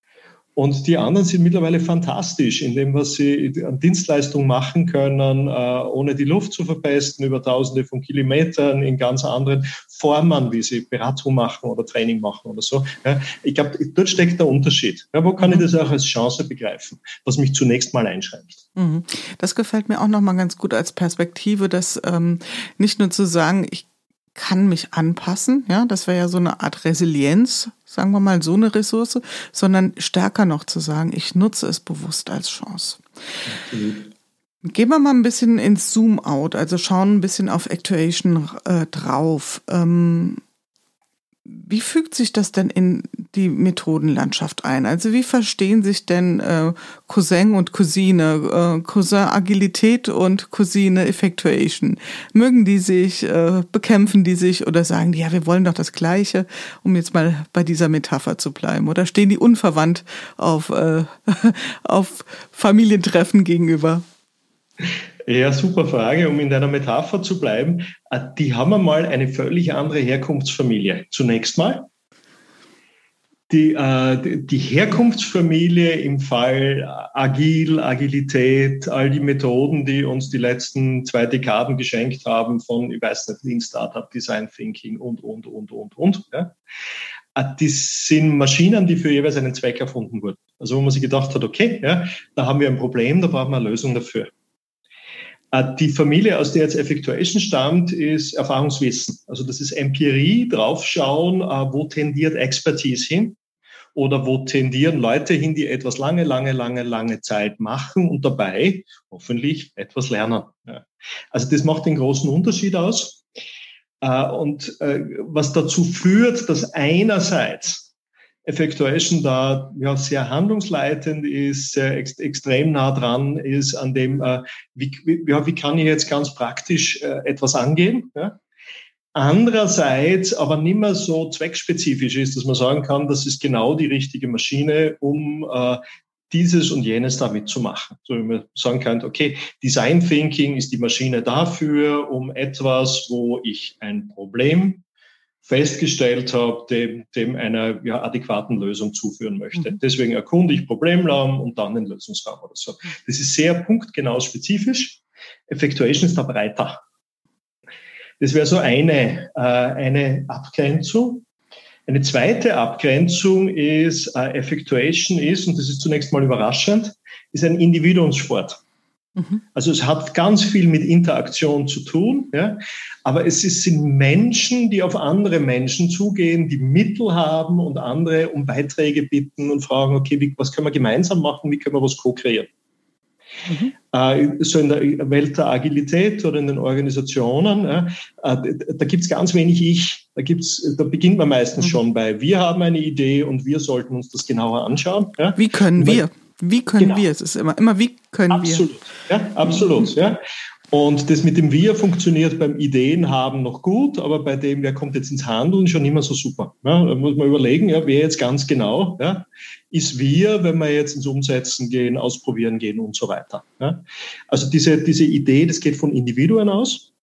Und die anderen sind mittlerweile fantastisch in dem, was sie an Dienstleistungen machen können, ohne die Luft zu verpesten, über Tausende von Kilometern in ganz anderen Formen, wie sie Beratung machen oder Training machen oder so. Ja, ich glaube, dort steckt der Unterschied. Ja, wo kann ich das auch als Chance begreifen, was mich zunächst mal einschränkt? Das gefällt mir auch nochmal ganz gut als Perspektive, dass ähm, nicht nur zu sagen, ich kann mich anpassen, ja, das wäre ja so eine Art Resilienz, sagen wir mal, so eine Ressource, sondern stärker noch zu sagen, ich nutze es bewusst als Chance. Absolut. Gehen wir mal ein bisschen ins Zoom-out, also schauen ein bisschen auf Actuation äh, drauf. Ähm, wie fügt sich das denn in die Methodenlandschaft ein? Also wie verstehen sich denn äh, Cousin und Cousine, äh, Cousin Agilität und Cousine Effectuation? Mögen die sich, äh, bekämpfen die sich oder sagen die, ja, wir wollen doch das Gleiche, um jetzt mal bei dieser Metapher zu bleiben? Oder stehen die unverwandt auf, äh, auf Familientreffen gegenüber? Ja, super Frage, um in deiner Metapher zu bleiben. Die haben einmal eine völlig andere Herkunftsfamilie. Zunächst mal. Die, äh, die Herkunftsfamilie im Fall Agil, Agilität, all die Methoden, die uns die letzten zwei Dekaden geschenkt haben von, ich weiß nicht, Lean Startup, Design Thinking und, und, und, und, und. Ja. Die sind Maschinen, die für jeweils einen Zweck erfunden wurden. Also wo man sich gedacht hat, okay, ja, da haben wir ein Problem, da brauchen wir eine Lösung dafür. Die Familie, aus der jetzt Effectuation stammt, ist Erfahrungswissen. Also das ist Empirie, draufschauen, wo tendiert Expertise hin oder wo tendieren Leute hin, die etwas lange, lange, lange, lange Zeit machen und dabei hoffentlich etwas lernen. Also das macht den großen Unterschied aus. Und was dazu führt, dass einerseits Effectuation da ja sehr handlungsleitend ist, sehr ex- extrem nah dran ist an dem, äh, wie, wie, ja, wie kann ich jetzt ganz praktisch äh, etwas angehen. Ja? andererseits aber nicht mehr so zweckspezifisch ist, dass man sagen kann, das ist genau die richtige Maschine, um äh, dieses und jenes damit zu machen. So wie man sagen kann, okay, Design Thinking ist die Maschine dafür, um etwas, wo ich ein Problem festgestellt habe, dem, dem einer ja, adäquaten Lösung zuführen möchte. Mhm. Deswegen erkunde ich Problemraum und dann den Lösungsraum oder so. Das ist sehr punktgenau spezifisch. Effectuation ist da breiter. Das wäre so eine, äh, eine Abgrenzung. Eine zweite Abgrenzung ist, äh, Effectuation ist, und das ist zunächst mal überraschend, ist ein Individuumssport. Mhm. Also es hat ganz viel mit Interaktion zu tun, ja, aber es ist, sind Menschen, die auf andere Menschen zugehen, die Mittel haben und andere um Beiträge bitten und fragen, okay, wie, was können wir gemeinsam machen, wie können wir was co-kreieren? Mhm. Äh, so in der Welt der Agilität oder in den Organisationen, äh, da gibt es ganz wenig Ich. Da, gibt's, da beginnt man meistens mhm. schon bei, wir haben eine Idee und wir sollten uns das genauer anschauen. Ja? Wie können wir? Wie können genau. wir? Es ist immer, immer wie können absolut. wir? Ja, absolut. Ja. Und das mit dem Wir funktioniert beim Ideen haben noch gut, aber bei dem, wer kommt jetzt ins Handeln, schon immer so super. Ja, da muss man überlegen, ja, wer jetzt ganz genau ja, ist wir, wenn wir jetzt ins Umsetzen gehen, ausprobieren gehen und so weiter. Ja. Also diese, diese Idee, das geht von Individuen aus.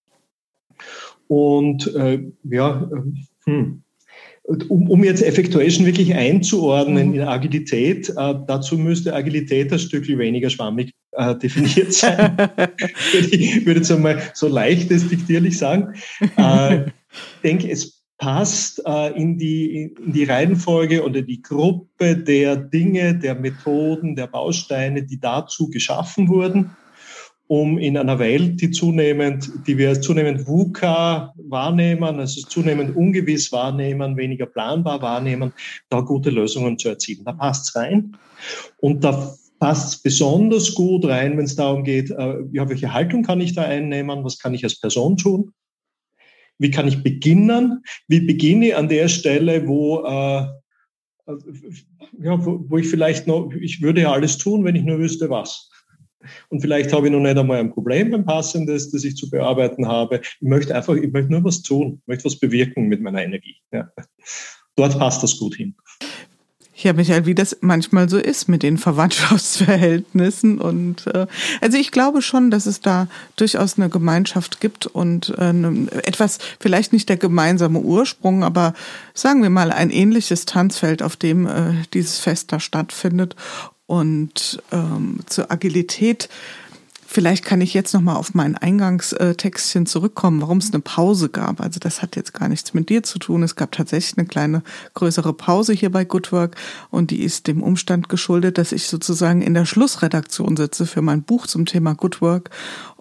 Und äh, ja, hm. Um, um jetzt Effectuation wirklich einzuordnen in Agilität, äh, dazu müsste Agilität ein Stückchen weniger schwammig äh, definiert sein. Ich würde jetzt einmal so leicht despektierlich sagen. Äh, ich denke, es passt äh, in, die, in die Reihenfolge oder die Gruppe der Dinge, der Methoden, der Bausteine, die dazu geschaffen wurden, um in einer Welt, die zunehmend, die wir als zunehmend VUCA wahrnehmen, also zunehmend ungewiss wahrnehmen, weniger planbar wahrnehmen, da gute Lösungen zu erzielen. Da passt's rein. Und da passt's besonders gut rein, wenn es darum geht, äh, ja, welche Haltung kann ich da einnehmen, was kann ich als Person tun, wie kann ich beginnen, wie beginne ich an der Stelle, wo, äh, ja, wo, wo ich vielleicht noch, ich würde ja alles tun, wenn ich nur wüsste, was. Und vielleicht habe ich noch nicht einmal ein Problem, ein passendes, das ich zu bearbeiten habe. Ich möchte einfach, ich möchte nur was tun, ich möchte was bewirken mit meiner Energie. Ja. Dort passt das gut hin. Ja, Michael, wie das manchmal so ist mit den Verwandtschaftsverhältnissen. Und äh, also ich glaube schon, dass es da durchaus eine Gemeinschaft gibt und äh, etwas, vielleicht nicht der gemeinsame Ursprung, aber sagen wir mal ein ähnliches Tanzfeld, auf dem äh, dieses Fest da stattfindet. Und ähm, zur Agilität, vielleicht kann ich jetzt nochmal auf mein Eingangstextchen zurückkommen, warum es eine Pause gab. Also das hat jetzt gar nichts mit dir zu tun. Es gab tatsächlich eine kleine, größere Pause hier bei Good Work und die ist dem Umstand geschuldet, dass ich sozusagen in der Schlussredaktion sitze für mein Buch zum Thema Good Work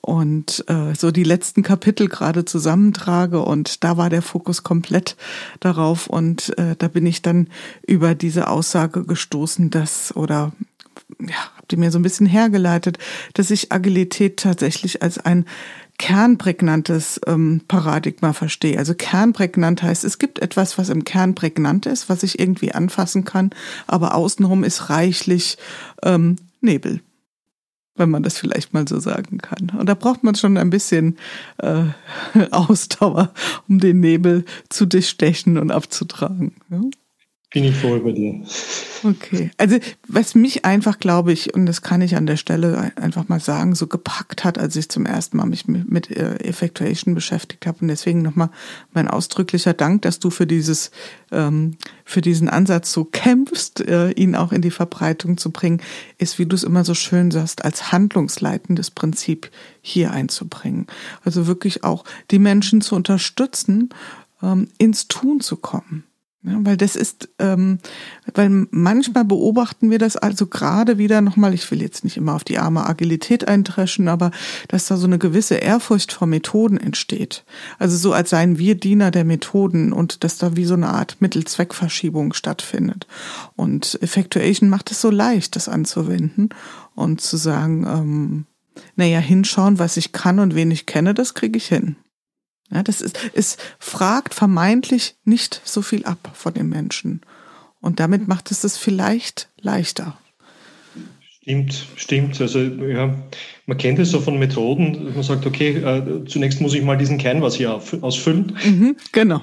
und äh, so die letzten Kapitel gerade zusammentrage und da war der Fokus komplett darauf und äh, da bin ich dann über diese Aussage gestoßen, dass oder ja, habt ihr mir so ein bisschen hergeleitet, dass ich Agilität tatsächlich als ein kernprägnantes ähm, Paradigma verstehe. Also kernprägnant heißt, es gibt etwas, was im Kern prägnant ist, was ich irgendwie anfassen kann, aber außenrum ist reichlich ähm, Nebel, wenn man das vielleicht mal so sagen kann. Und da braucht man schon ein bisschen äh, Ausdauer, um den Nebel zu durchstechen und abzutragen. Ja? Bin ich voll bei dir. Okay, also was mich einfach, glaube ich, und das kann ich an der Stelle einfach mal sagen, so gepackt hat, als ich zum ersten Mal mich mit, mit Effectuation beschäftigt habe und deswegen nochmal mein ausdrücklicher Dank, dass du für dieses, ähm, für diesen Ansatz so kämpfst, äh, ihn auch in die Verbreitung zu bringen, ist, wie du es immer so schön sagst, als handlungsleitendes Prinzip hier einzubringen. Also wirklich auch die Menschen zu unterstützen, ähm, ins Tun zu kommen. Ja, weil das ist, ähm, weil manchmal beobachten wir das also gerade wieder nochmal, ich will jetzt nicht immer auf die arme Agilität eintreschen, aber dass da so eine gewisse Ehrfurcht vor Methoden entsteht. Also so als seien wir Diener der Methoden und dass da wie so eine Art Mittel-Zweck-Verschiebung stattfindet. Und Effectuation macht es so leicht, das anzuwenden und zu sagen, ähm, naja, hinschauen, was ich kann und wen ich kenne, das kriege ich hin. Ja, das ist, es fragt vermeintlich nicht so viel ab von den Menschen. Und damit macht es es vielleicht leichter. Stimmt, stimmt. Also ja, man kennt es so von Methoden, man sagt, okay, äh, zunächst muss ich mal diesen Canvas hier auf, ausfüllen. Mhm, genau.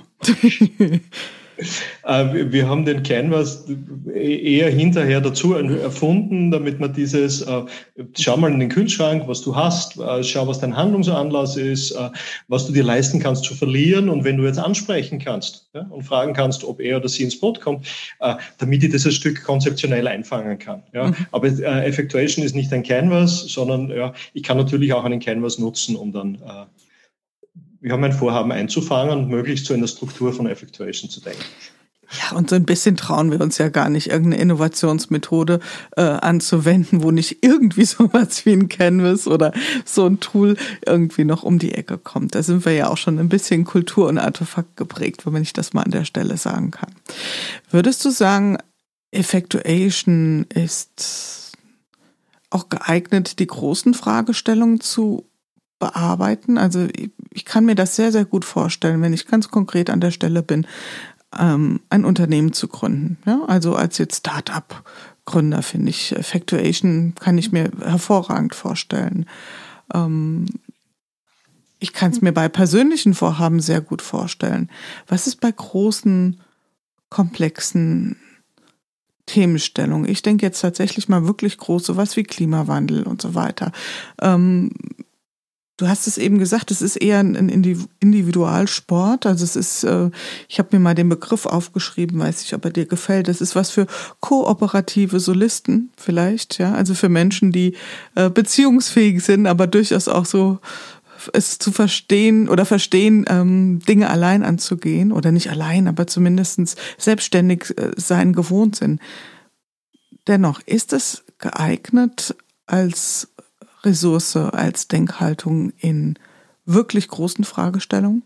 äh, wir haben den Canvas eher hinterher dazu erfunden, damit man dieses, äh, schau mal in den Kühlschrank, was du hast, äh, schau, was dein Handlungsanlass ist, äh, was du dir leisten kannst zu verlieren, und wenn du jetzt ansprechen kannst, ja, und fragen kannst, ob er oder sie ins Boot kommt, äh, damit ich dieses Stück konzeptionell einfangen kann. Ja. Mhm. Aber äh, Effectuation ist nicht ein Canvas, sondern ja, ich kann natürlich auch einen Canvas nutzen, um dann äh, wir haben ein Vorhaben einzufangen und möglichst so in der Struktur von Effectuation zu denken. Ja, und so ein bisschen trauen wir uns ja gar nicht, irgendeine Innovationsmethode äh, anzuwenden, wo nicht irgendwie sowas wie ein Canvas oder so ein Tool irgendwie noch um die Ecke kommt. Da sind wir ja auch schon ein bisschen Kultur und Artefakt geprägt, wenn ich das mal an der Stelle sagen kann. Würdest du sagen, Effectuation ist auch geeignet, die großen Fragestellungen zu bearbeiten? Also ich kann mir das sehr, sehr gut vorstellen, wenn ich ganz konkret an der Stelle bin, ähm, ein Unternehmen zu gründen. Ja? Also als jetzt Start-up-Gründer finde ich, Effectuation kann ich mir hervorragend vorstellen. Ähm, ich kann es mir bei persönlichen Vorhaben sehr gut vorstellen. Was ist bei großen, komplexen Themenstellungen? Ich denke jetzt tatsächlich mal wirklich groß, sowas wie Klimawandel und so weiter. Ähm, Du hast es eben gesagt, es ist eher ein Individualsport. Also es ist, ich habe mir mal den Begriff aufgeschrieben, weiß nicht, ob er dir gefällt. Das ist was für kooperative Solisten vielleicht, ja. Also für Menschen, die beziehungsfähig sind, aber durchaus auch so es zu verstehen oder verstehen, Dinge allein anzugehen oder nicht allein, aber zumindest selbstständig sein gewohnt sind. Dennoch, ist es geeignet als Ressource, als Denkhaltung in wirklich großen Fragestellungen?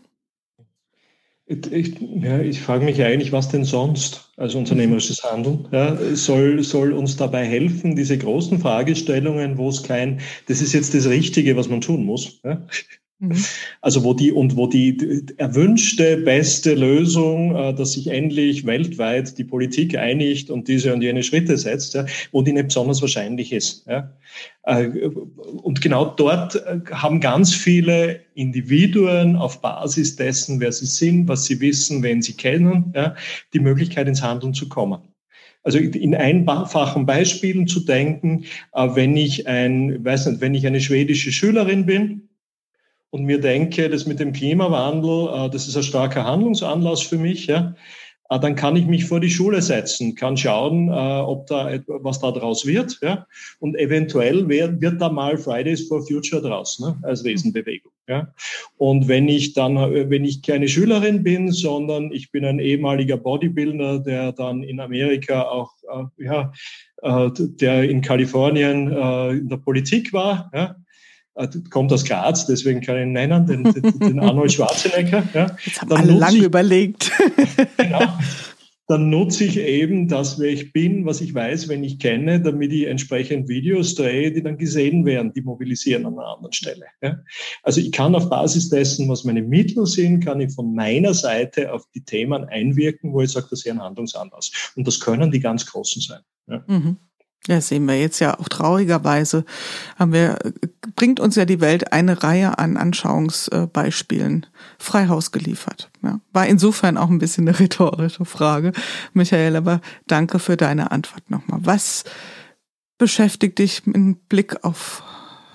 Ich, ja, ich frage mich eigentlich, was denn sonst als unternehmerisches Handeln ja, soll, soll uns dabei helfen, diese großen Fragestellungen, wo es kein, das ist jetzt das Richtige, was man tun muss. Ja? Mhm. Also wo die und wo die erwünschte beste Lösung, äh, dass sich endlich weltweit die Politik einigt und diese und jene Schritte setzt, ja, wo die nicht besonders wahrscheinlich ist. Ja. Äh, und genau dort äh, haben ganz viele Individuen auf Basis dessen, wer sie sind, was sie wissen, wen sie kennen, ja, die Möglichkeit ins Handeln zu kommen. Also in einfachen Beispielen zu denken, äh, wenn ich ein, weiß nicht, wenn ich eine schwedische Schülerin bin, und mir denke, das mit dem Klimawandel, das ist ein starker Handlungsanlass für mich, ja, dann kann ich mich vor die Schule setzen, kann schauen, ob da was da draus wird, ja, und eventuell wird da mal Fridays for Future draus, ne, als Riesenbewegung, ja. Und wenn ich dann, wenn ich keine Schülerin bin, sondern ich bin ein ehemaliger Bodybuilder, der dann in Amerika auch, ja, der in Kalifornien in der Politik war, ja, kommt aus Graz, deswegen kann ich ihn nennen, den, den Arnold Schwarzenegger. Ja. Jetzt haben dann alle lange ich, überlegt. Genau. Dann nutze ich eben das, wer ich bin, was ich weiß, wenn ich kenne, damit ich entsprechend Videos drehe, die dann gesehen werden, die mobilisieren an einer anderen Stelle. Ja. Also ich kann auf Basis dessen, was meine Mittel sind, kann ich von meiner Seite auf die Themen einwirken, wo ich sage, das ist ein Handlungsanlass. Und das können die ganz Großen sein. Ja. Mhm. Ja, sehen wir jetzt ja auch traurigerweise, haben wir, bringt uns ja die Welt eine Reihe an Anschauungsbeispielen frei Haus geliefert. Ja, war insofern auch ein bisschen eine rhetorische Frage, Michael, aber danke für deine Antwort nochmal. Was beschäftigt dich mit Blick auf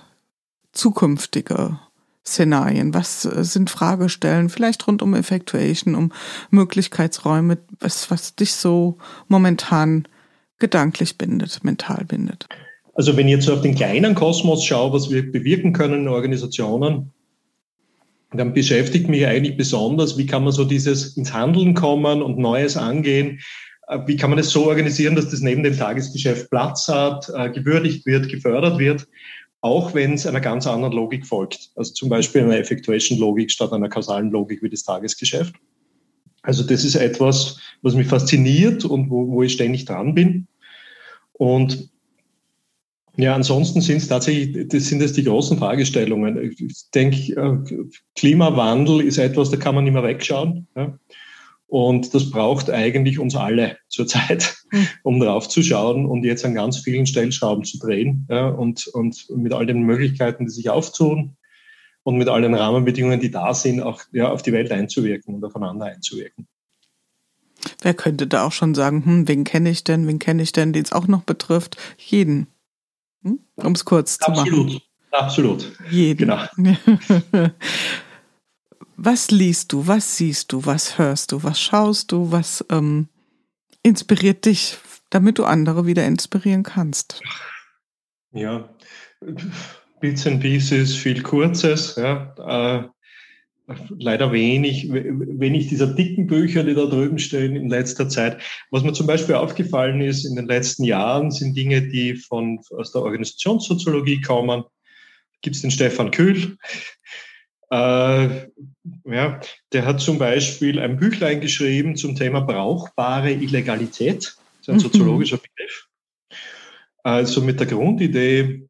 zukünftige Szenarien? Was sind Fragestellen, vielleicht rund um Effectuation, um Möglichkeitsräume, was, was dich so momentan gedanklich bindet, mental bindet? Also wenn ich jetzt so auf den kleinen Kosmos schaue, was wir bewirken können in Organisationen, dann beschäftigt mich eigentlich besonders, wie kann man so dieses ins Handeln kommen und Neues angehen, wie kann man es so organisieren, dass das neben dem Tagesgeschäft Platz hat, gewürdigt wird, gefördert wird, auch wenn es einer ganz anderen Logik folgt. Also zum Beispiel einer Effectuation-Logik statt einer kausalen Logik wie das Tagesgeschäft. Also das ist etwas, was mich fasziniert und wo, wo ich ständig dran bin. Und ja, ansonsten sind es tatsächlich, das sind jetzt die großen Fragestellungen. Ich denke, Klimawandel ist etwas, da kann man nicht mehr wegschauen. Ja. Und das braucht eigentlich uns alle zurzeit, um drauf zu schauen und jetzt an ganz vielen Stellschrauben zu drehen, ja, und, und mit all den Möglichkeiten, die sich auftun und mit all den Rahmenbedingungen, die da sind, auch ja, auf die Welt einzuwirken und aufeinander einzuwirken. Wer könnte da auch schon sagen, hm, wen kenne ich denn, wen kenne ich denn, den es auch noch betrifft? Jeden. Hm? Um es kurz Absolut. zu machen. Absolut. Jeden. Genau. Was liest du, was siehst du, was hörst du, was schaust du, was ähm, inspiriert dich, damit du andere wieder inspirieren kannst? Ja, Bits and Pieces, viel Kurzes, ja, äh, leider wenig, wenig dieser dicken Bücher, die da drüben stehen in letzter Zeit. Was mir zum Beispiel aufgefallen ist in den letzten Jahren, sind Dinge, die von aus der Organisationssoziologie kommen. Gibt es den Stefan Kühl, äh, ja, der hat zum Beispiel ein Büchlein geschrieben zum Thema brauchbare Illegalität. Das ist ein soziologischer Begriff. Also mit der Grundidee,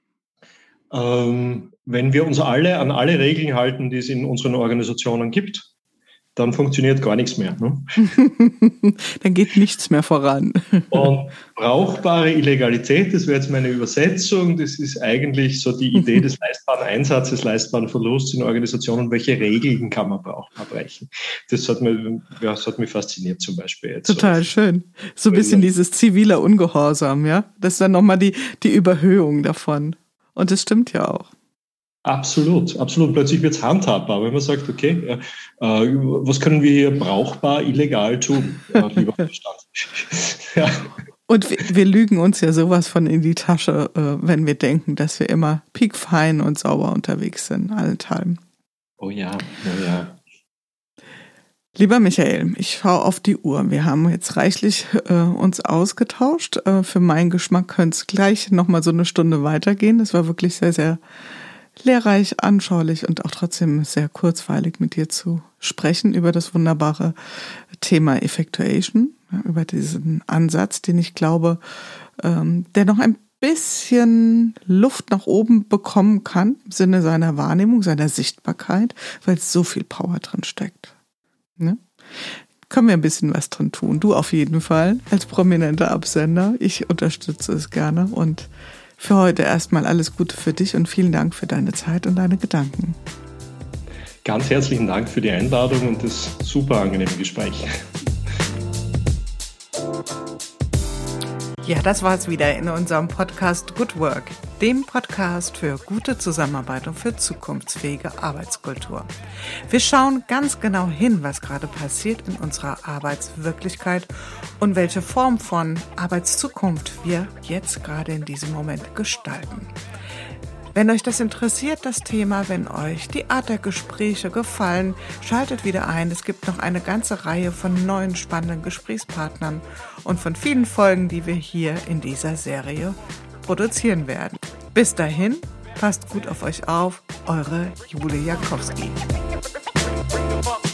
ähm, wenn wir uns alle an alle Regeln halten, die es in unseren Organisationen gibt, dann funktioniert gar nichts mehr. Ne? Dann geht nichts mehr voran. Und brauchbare Illegalität, das wäre jetzt meine Übersetzung, das ist eigentlich so die Idee des leistbaren Einsatzes, leistbaren Verlusts in Organisationen. Welche Regeln kann man brauchbar brechen? Das hat mich, ja, das hat mich fasziniert zum Beispiel. Jetzt Total so. Schön. So ein bisschen dieses ziviler Ungehorsam, ja? Das ist dann nochmal die, die Überhöhung davon. Und das stimmt ja auch. Absolut, absolut. Plötzlich wird es handhabbar, wenn man sagt, okay, äh, was können wir hier brauchbar, illegal tun? Ja, lieber Verstand. Ja. Und wir, wir lügen uns ja sowas von in die Tasche, äh, wenn wir denken, dass wir immer piekfein und sauber unterwegs sind, allenthalben. Oh ja, oh ja. Lieber Michael, ich schaue auf die Uhr. Wir haben jetzt reichlich äh, uns ausgetauscht. Äh, für meinen Geschmack könnte es gleich nochmal so eine Stunde weitergehen. Das war wirklich sehr, sehr lehrreich, anschaulich und auch trotzdem sehr kurzweilig mit dir zu sprechen über das wunderbare Thema Effectuation, ja, über diesen Ansatz, den ich glaube, ähm, der noch ein bisschen Luft nach oben bekommen kann, im Sinne seiner Wahrnehmung, seiner Sichtbarkeit, weil so viel Power drin steckt. Ne? Können wir ein bisschen was drin tun. Du auf jeden Fall als prominenter Absender. Ich unterstütze es gerne und für heute erstmal alles Gute für dich und vielen Dank für deine Zeit und deine Gedanken. Ganz herzlichen Dank für die Einladung und das super angenehme Gespräch. Ja, das war's wieder in unserem Podcast Good Work, dem Podcast für gute Zusammenarbeit und für zukunftsfähige Arbeitskultur. Wir schauen ganz genau hin, was gerade passiert in unserer Arbeitswirklichkeit und welche Form von Arbeitszukunft wir jetzt gerade in diesem Moment gestalten. Wenn euch das interessiert, das Thema, wenn euch die Art der Gespräche gefallen, schaltet wieder ein. Es gibt noch eine ganze Reihe von neuen spannenden Gesprächspartnern und von vielen Folgen, die wir hier in dieser Serie produzieren werden. Bis dahin, passt gut auf euch auf, eure Julia Jankowski.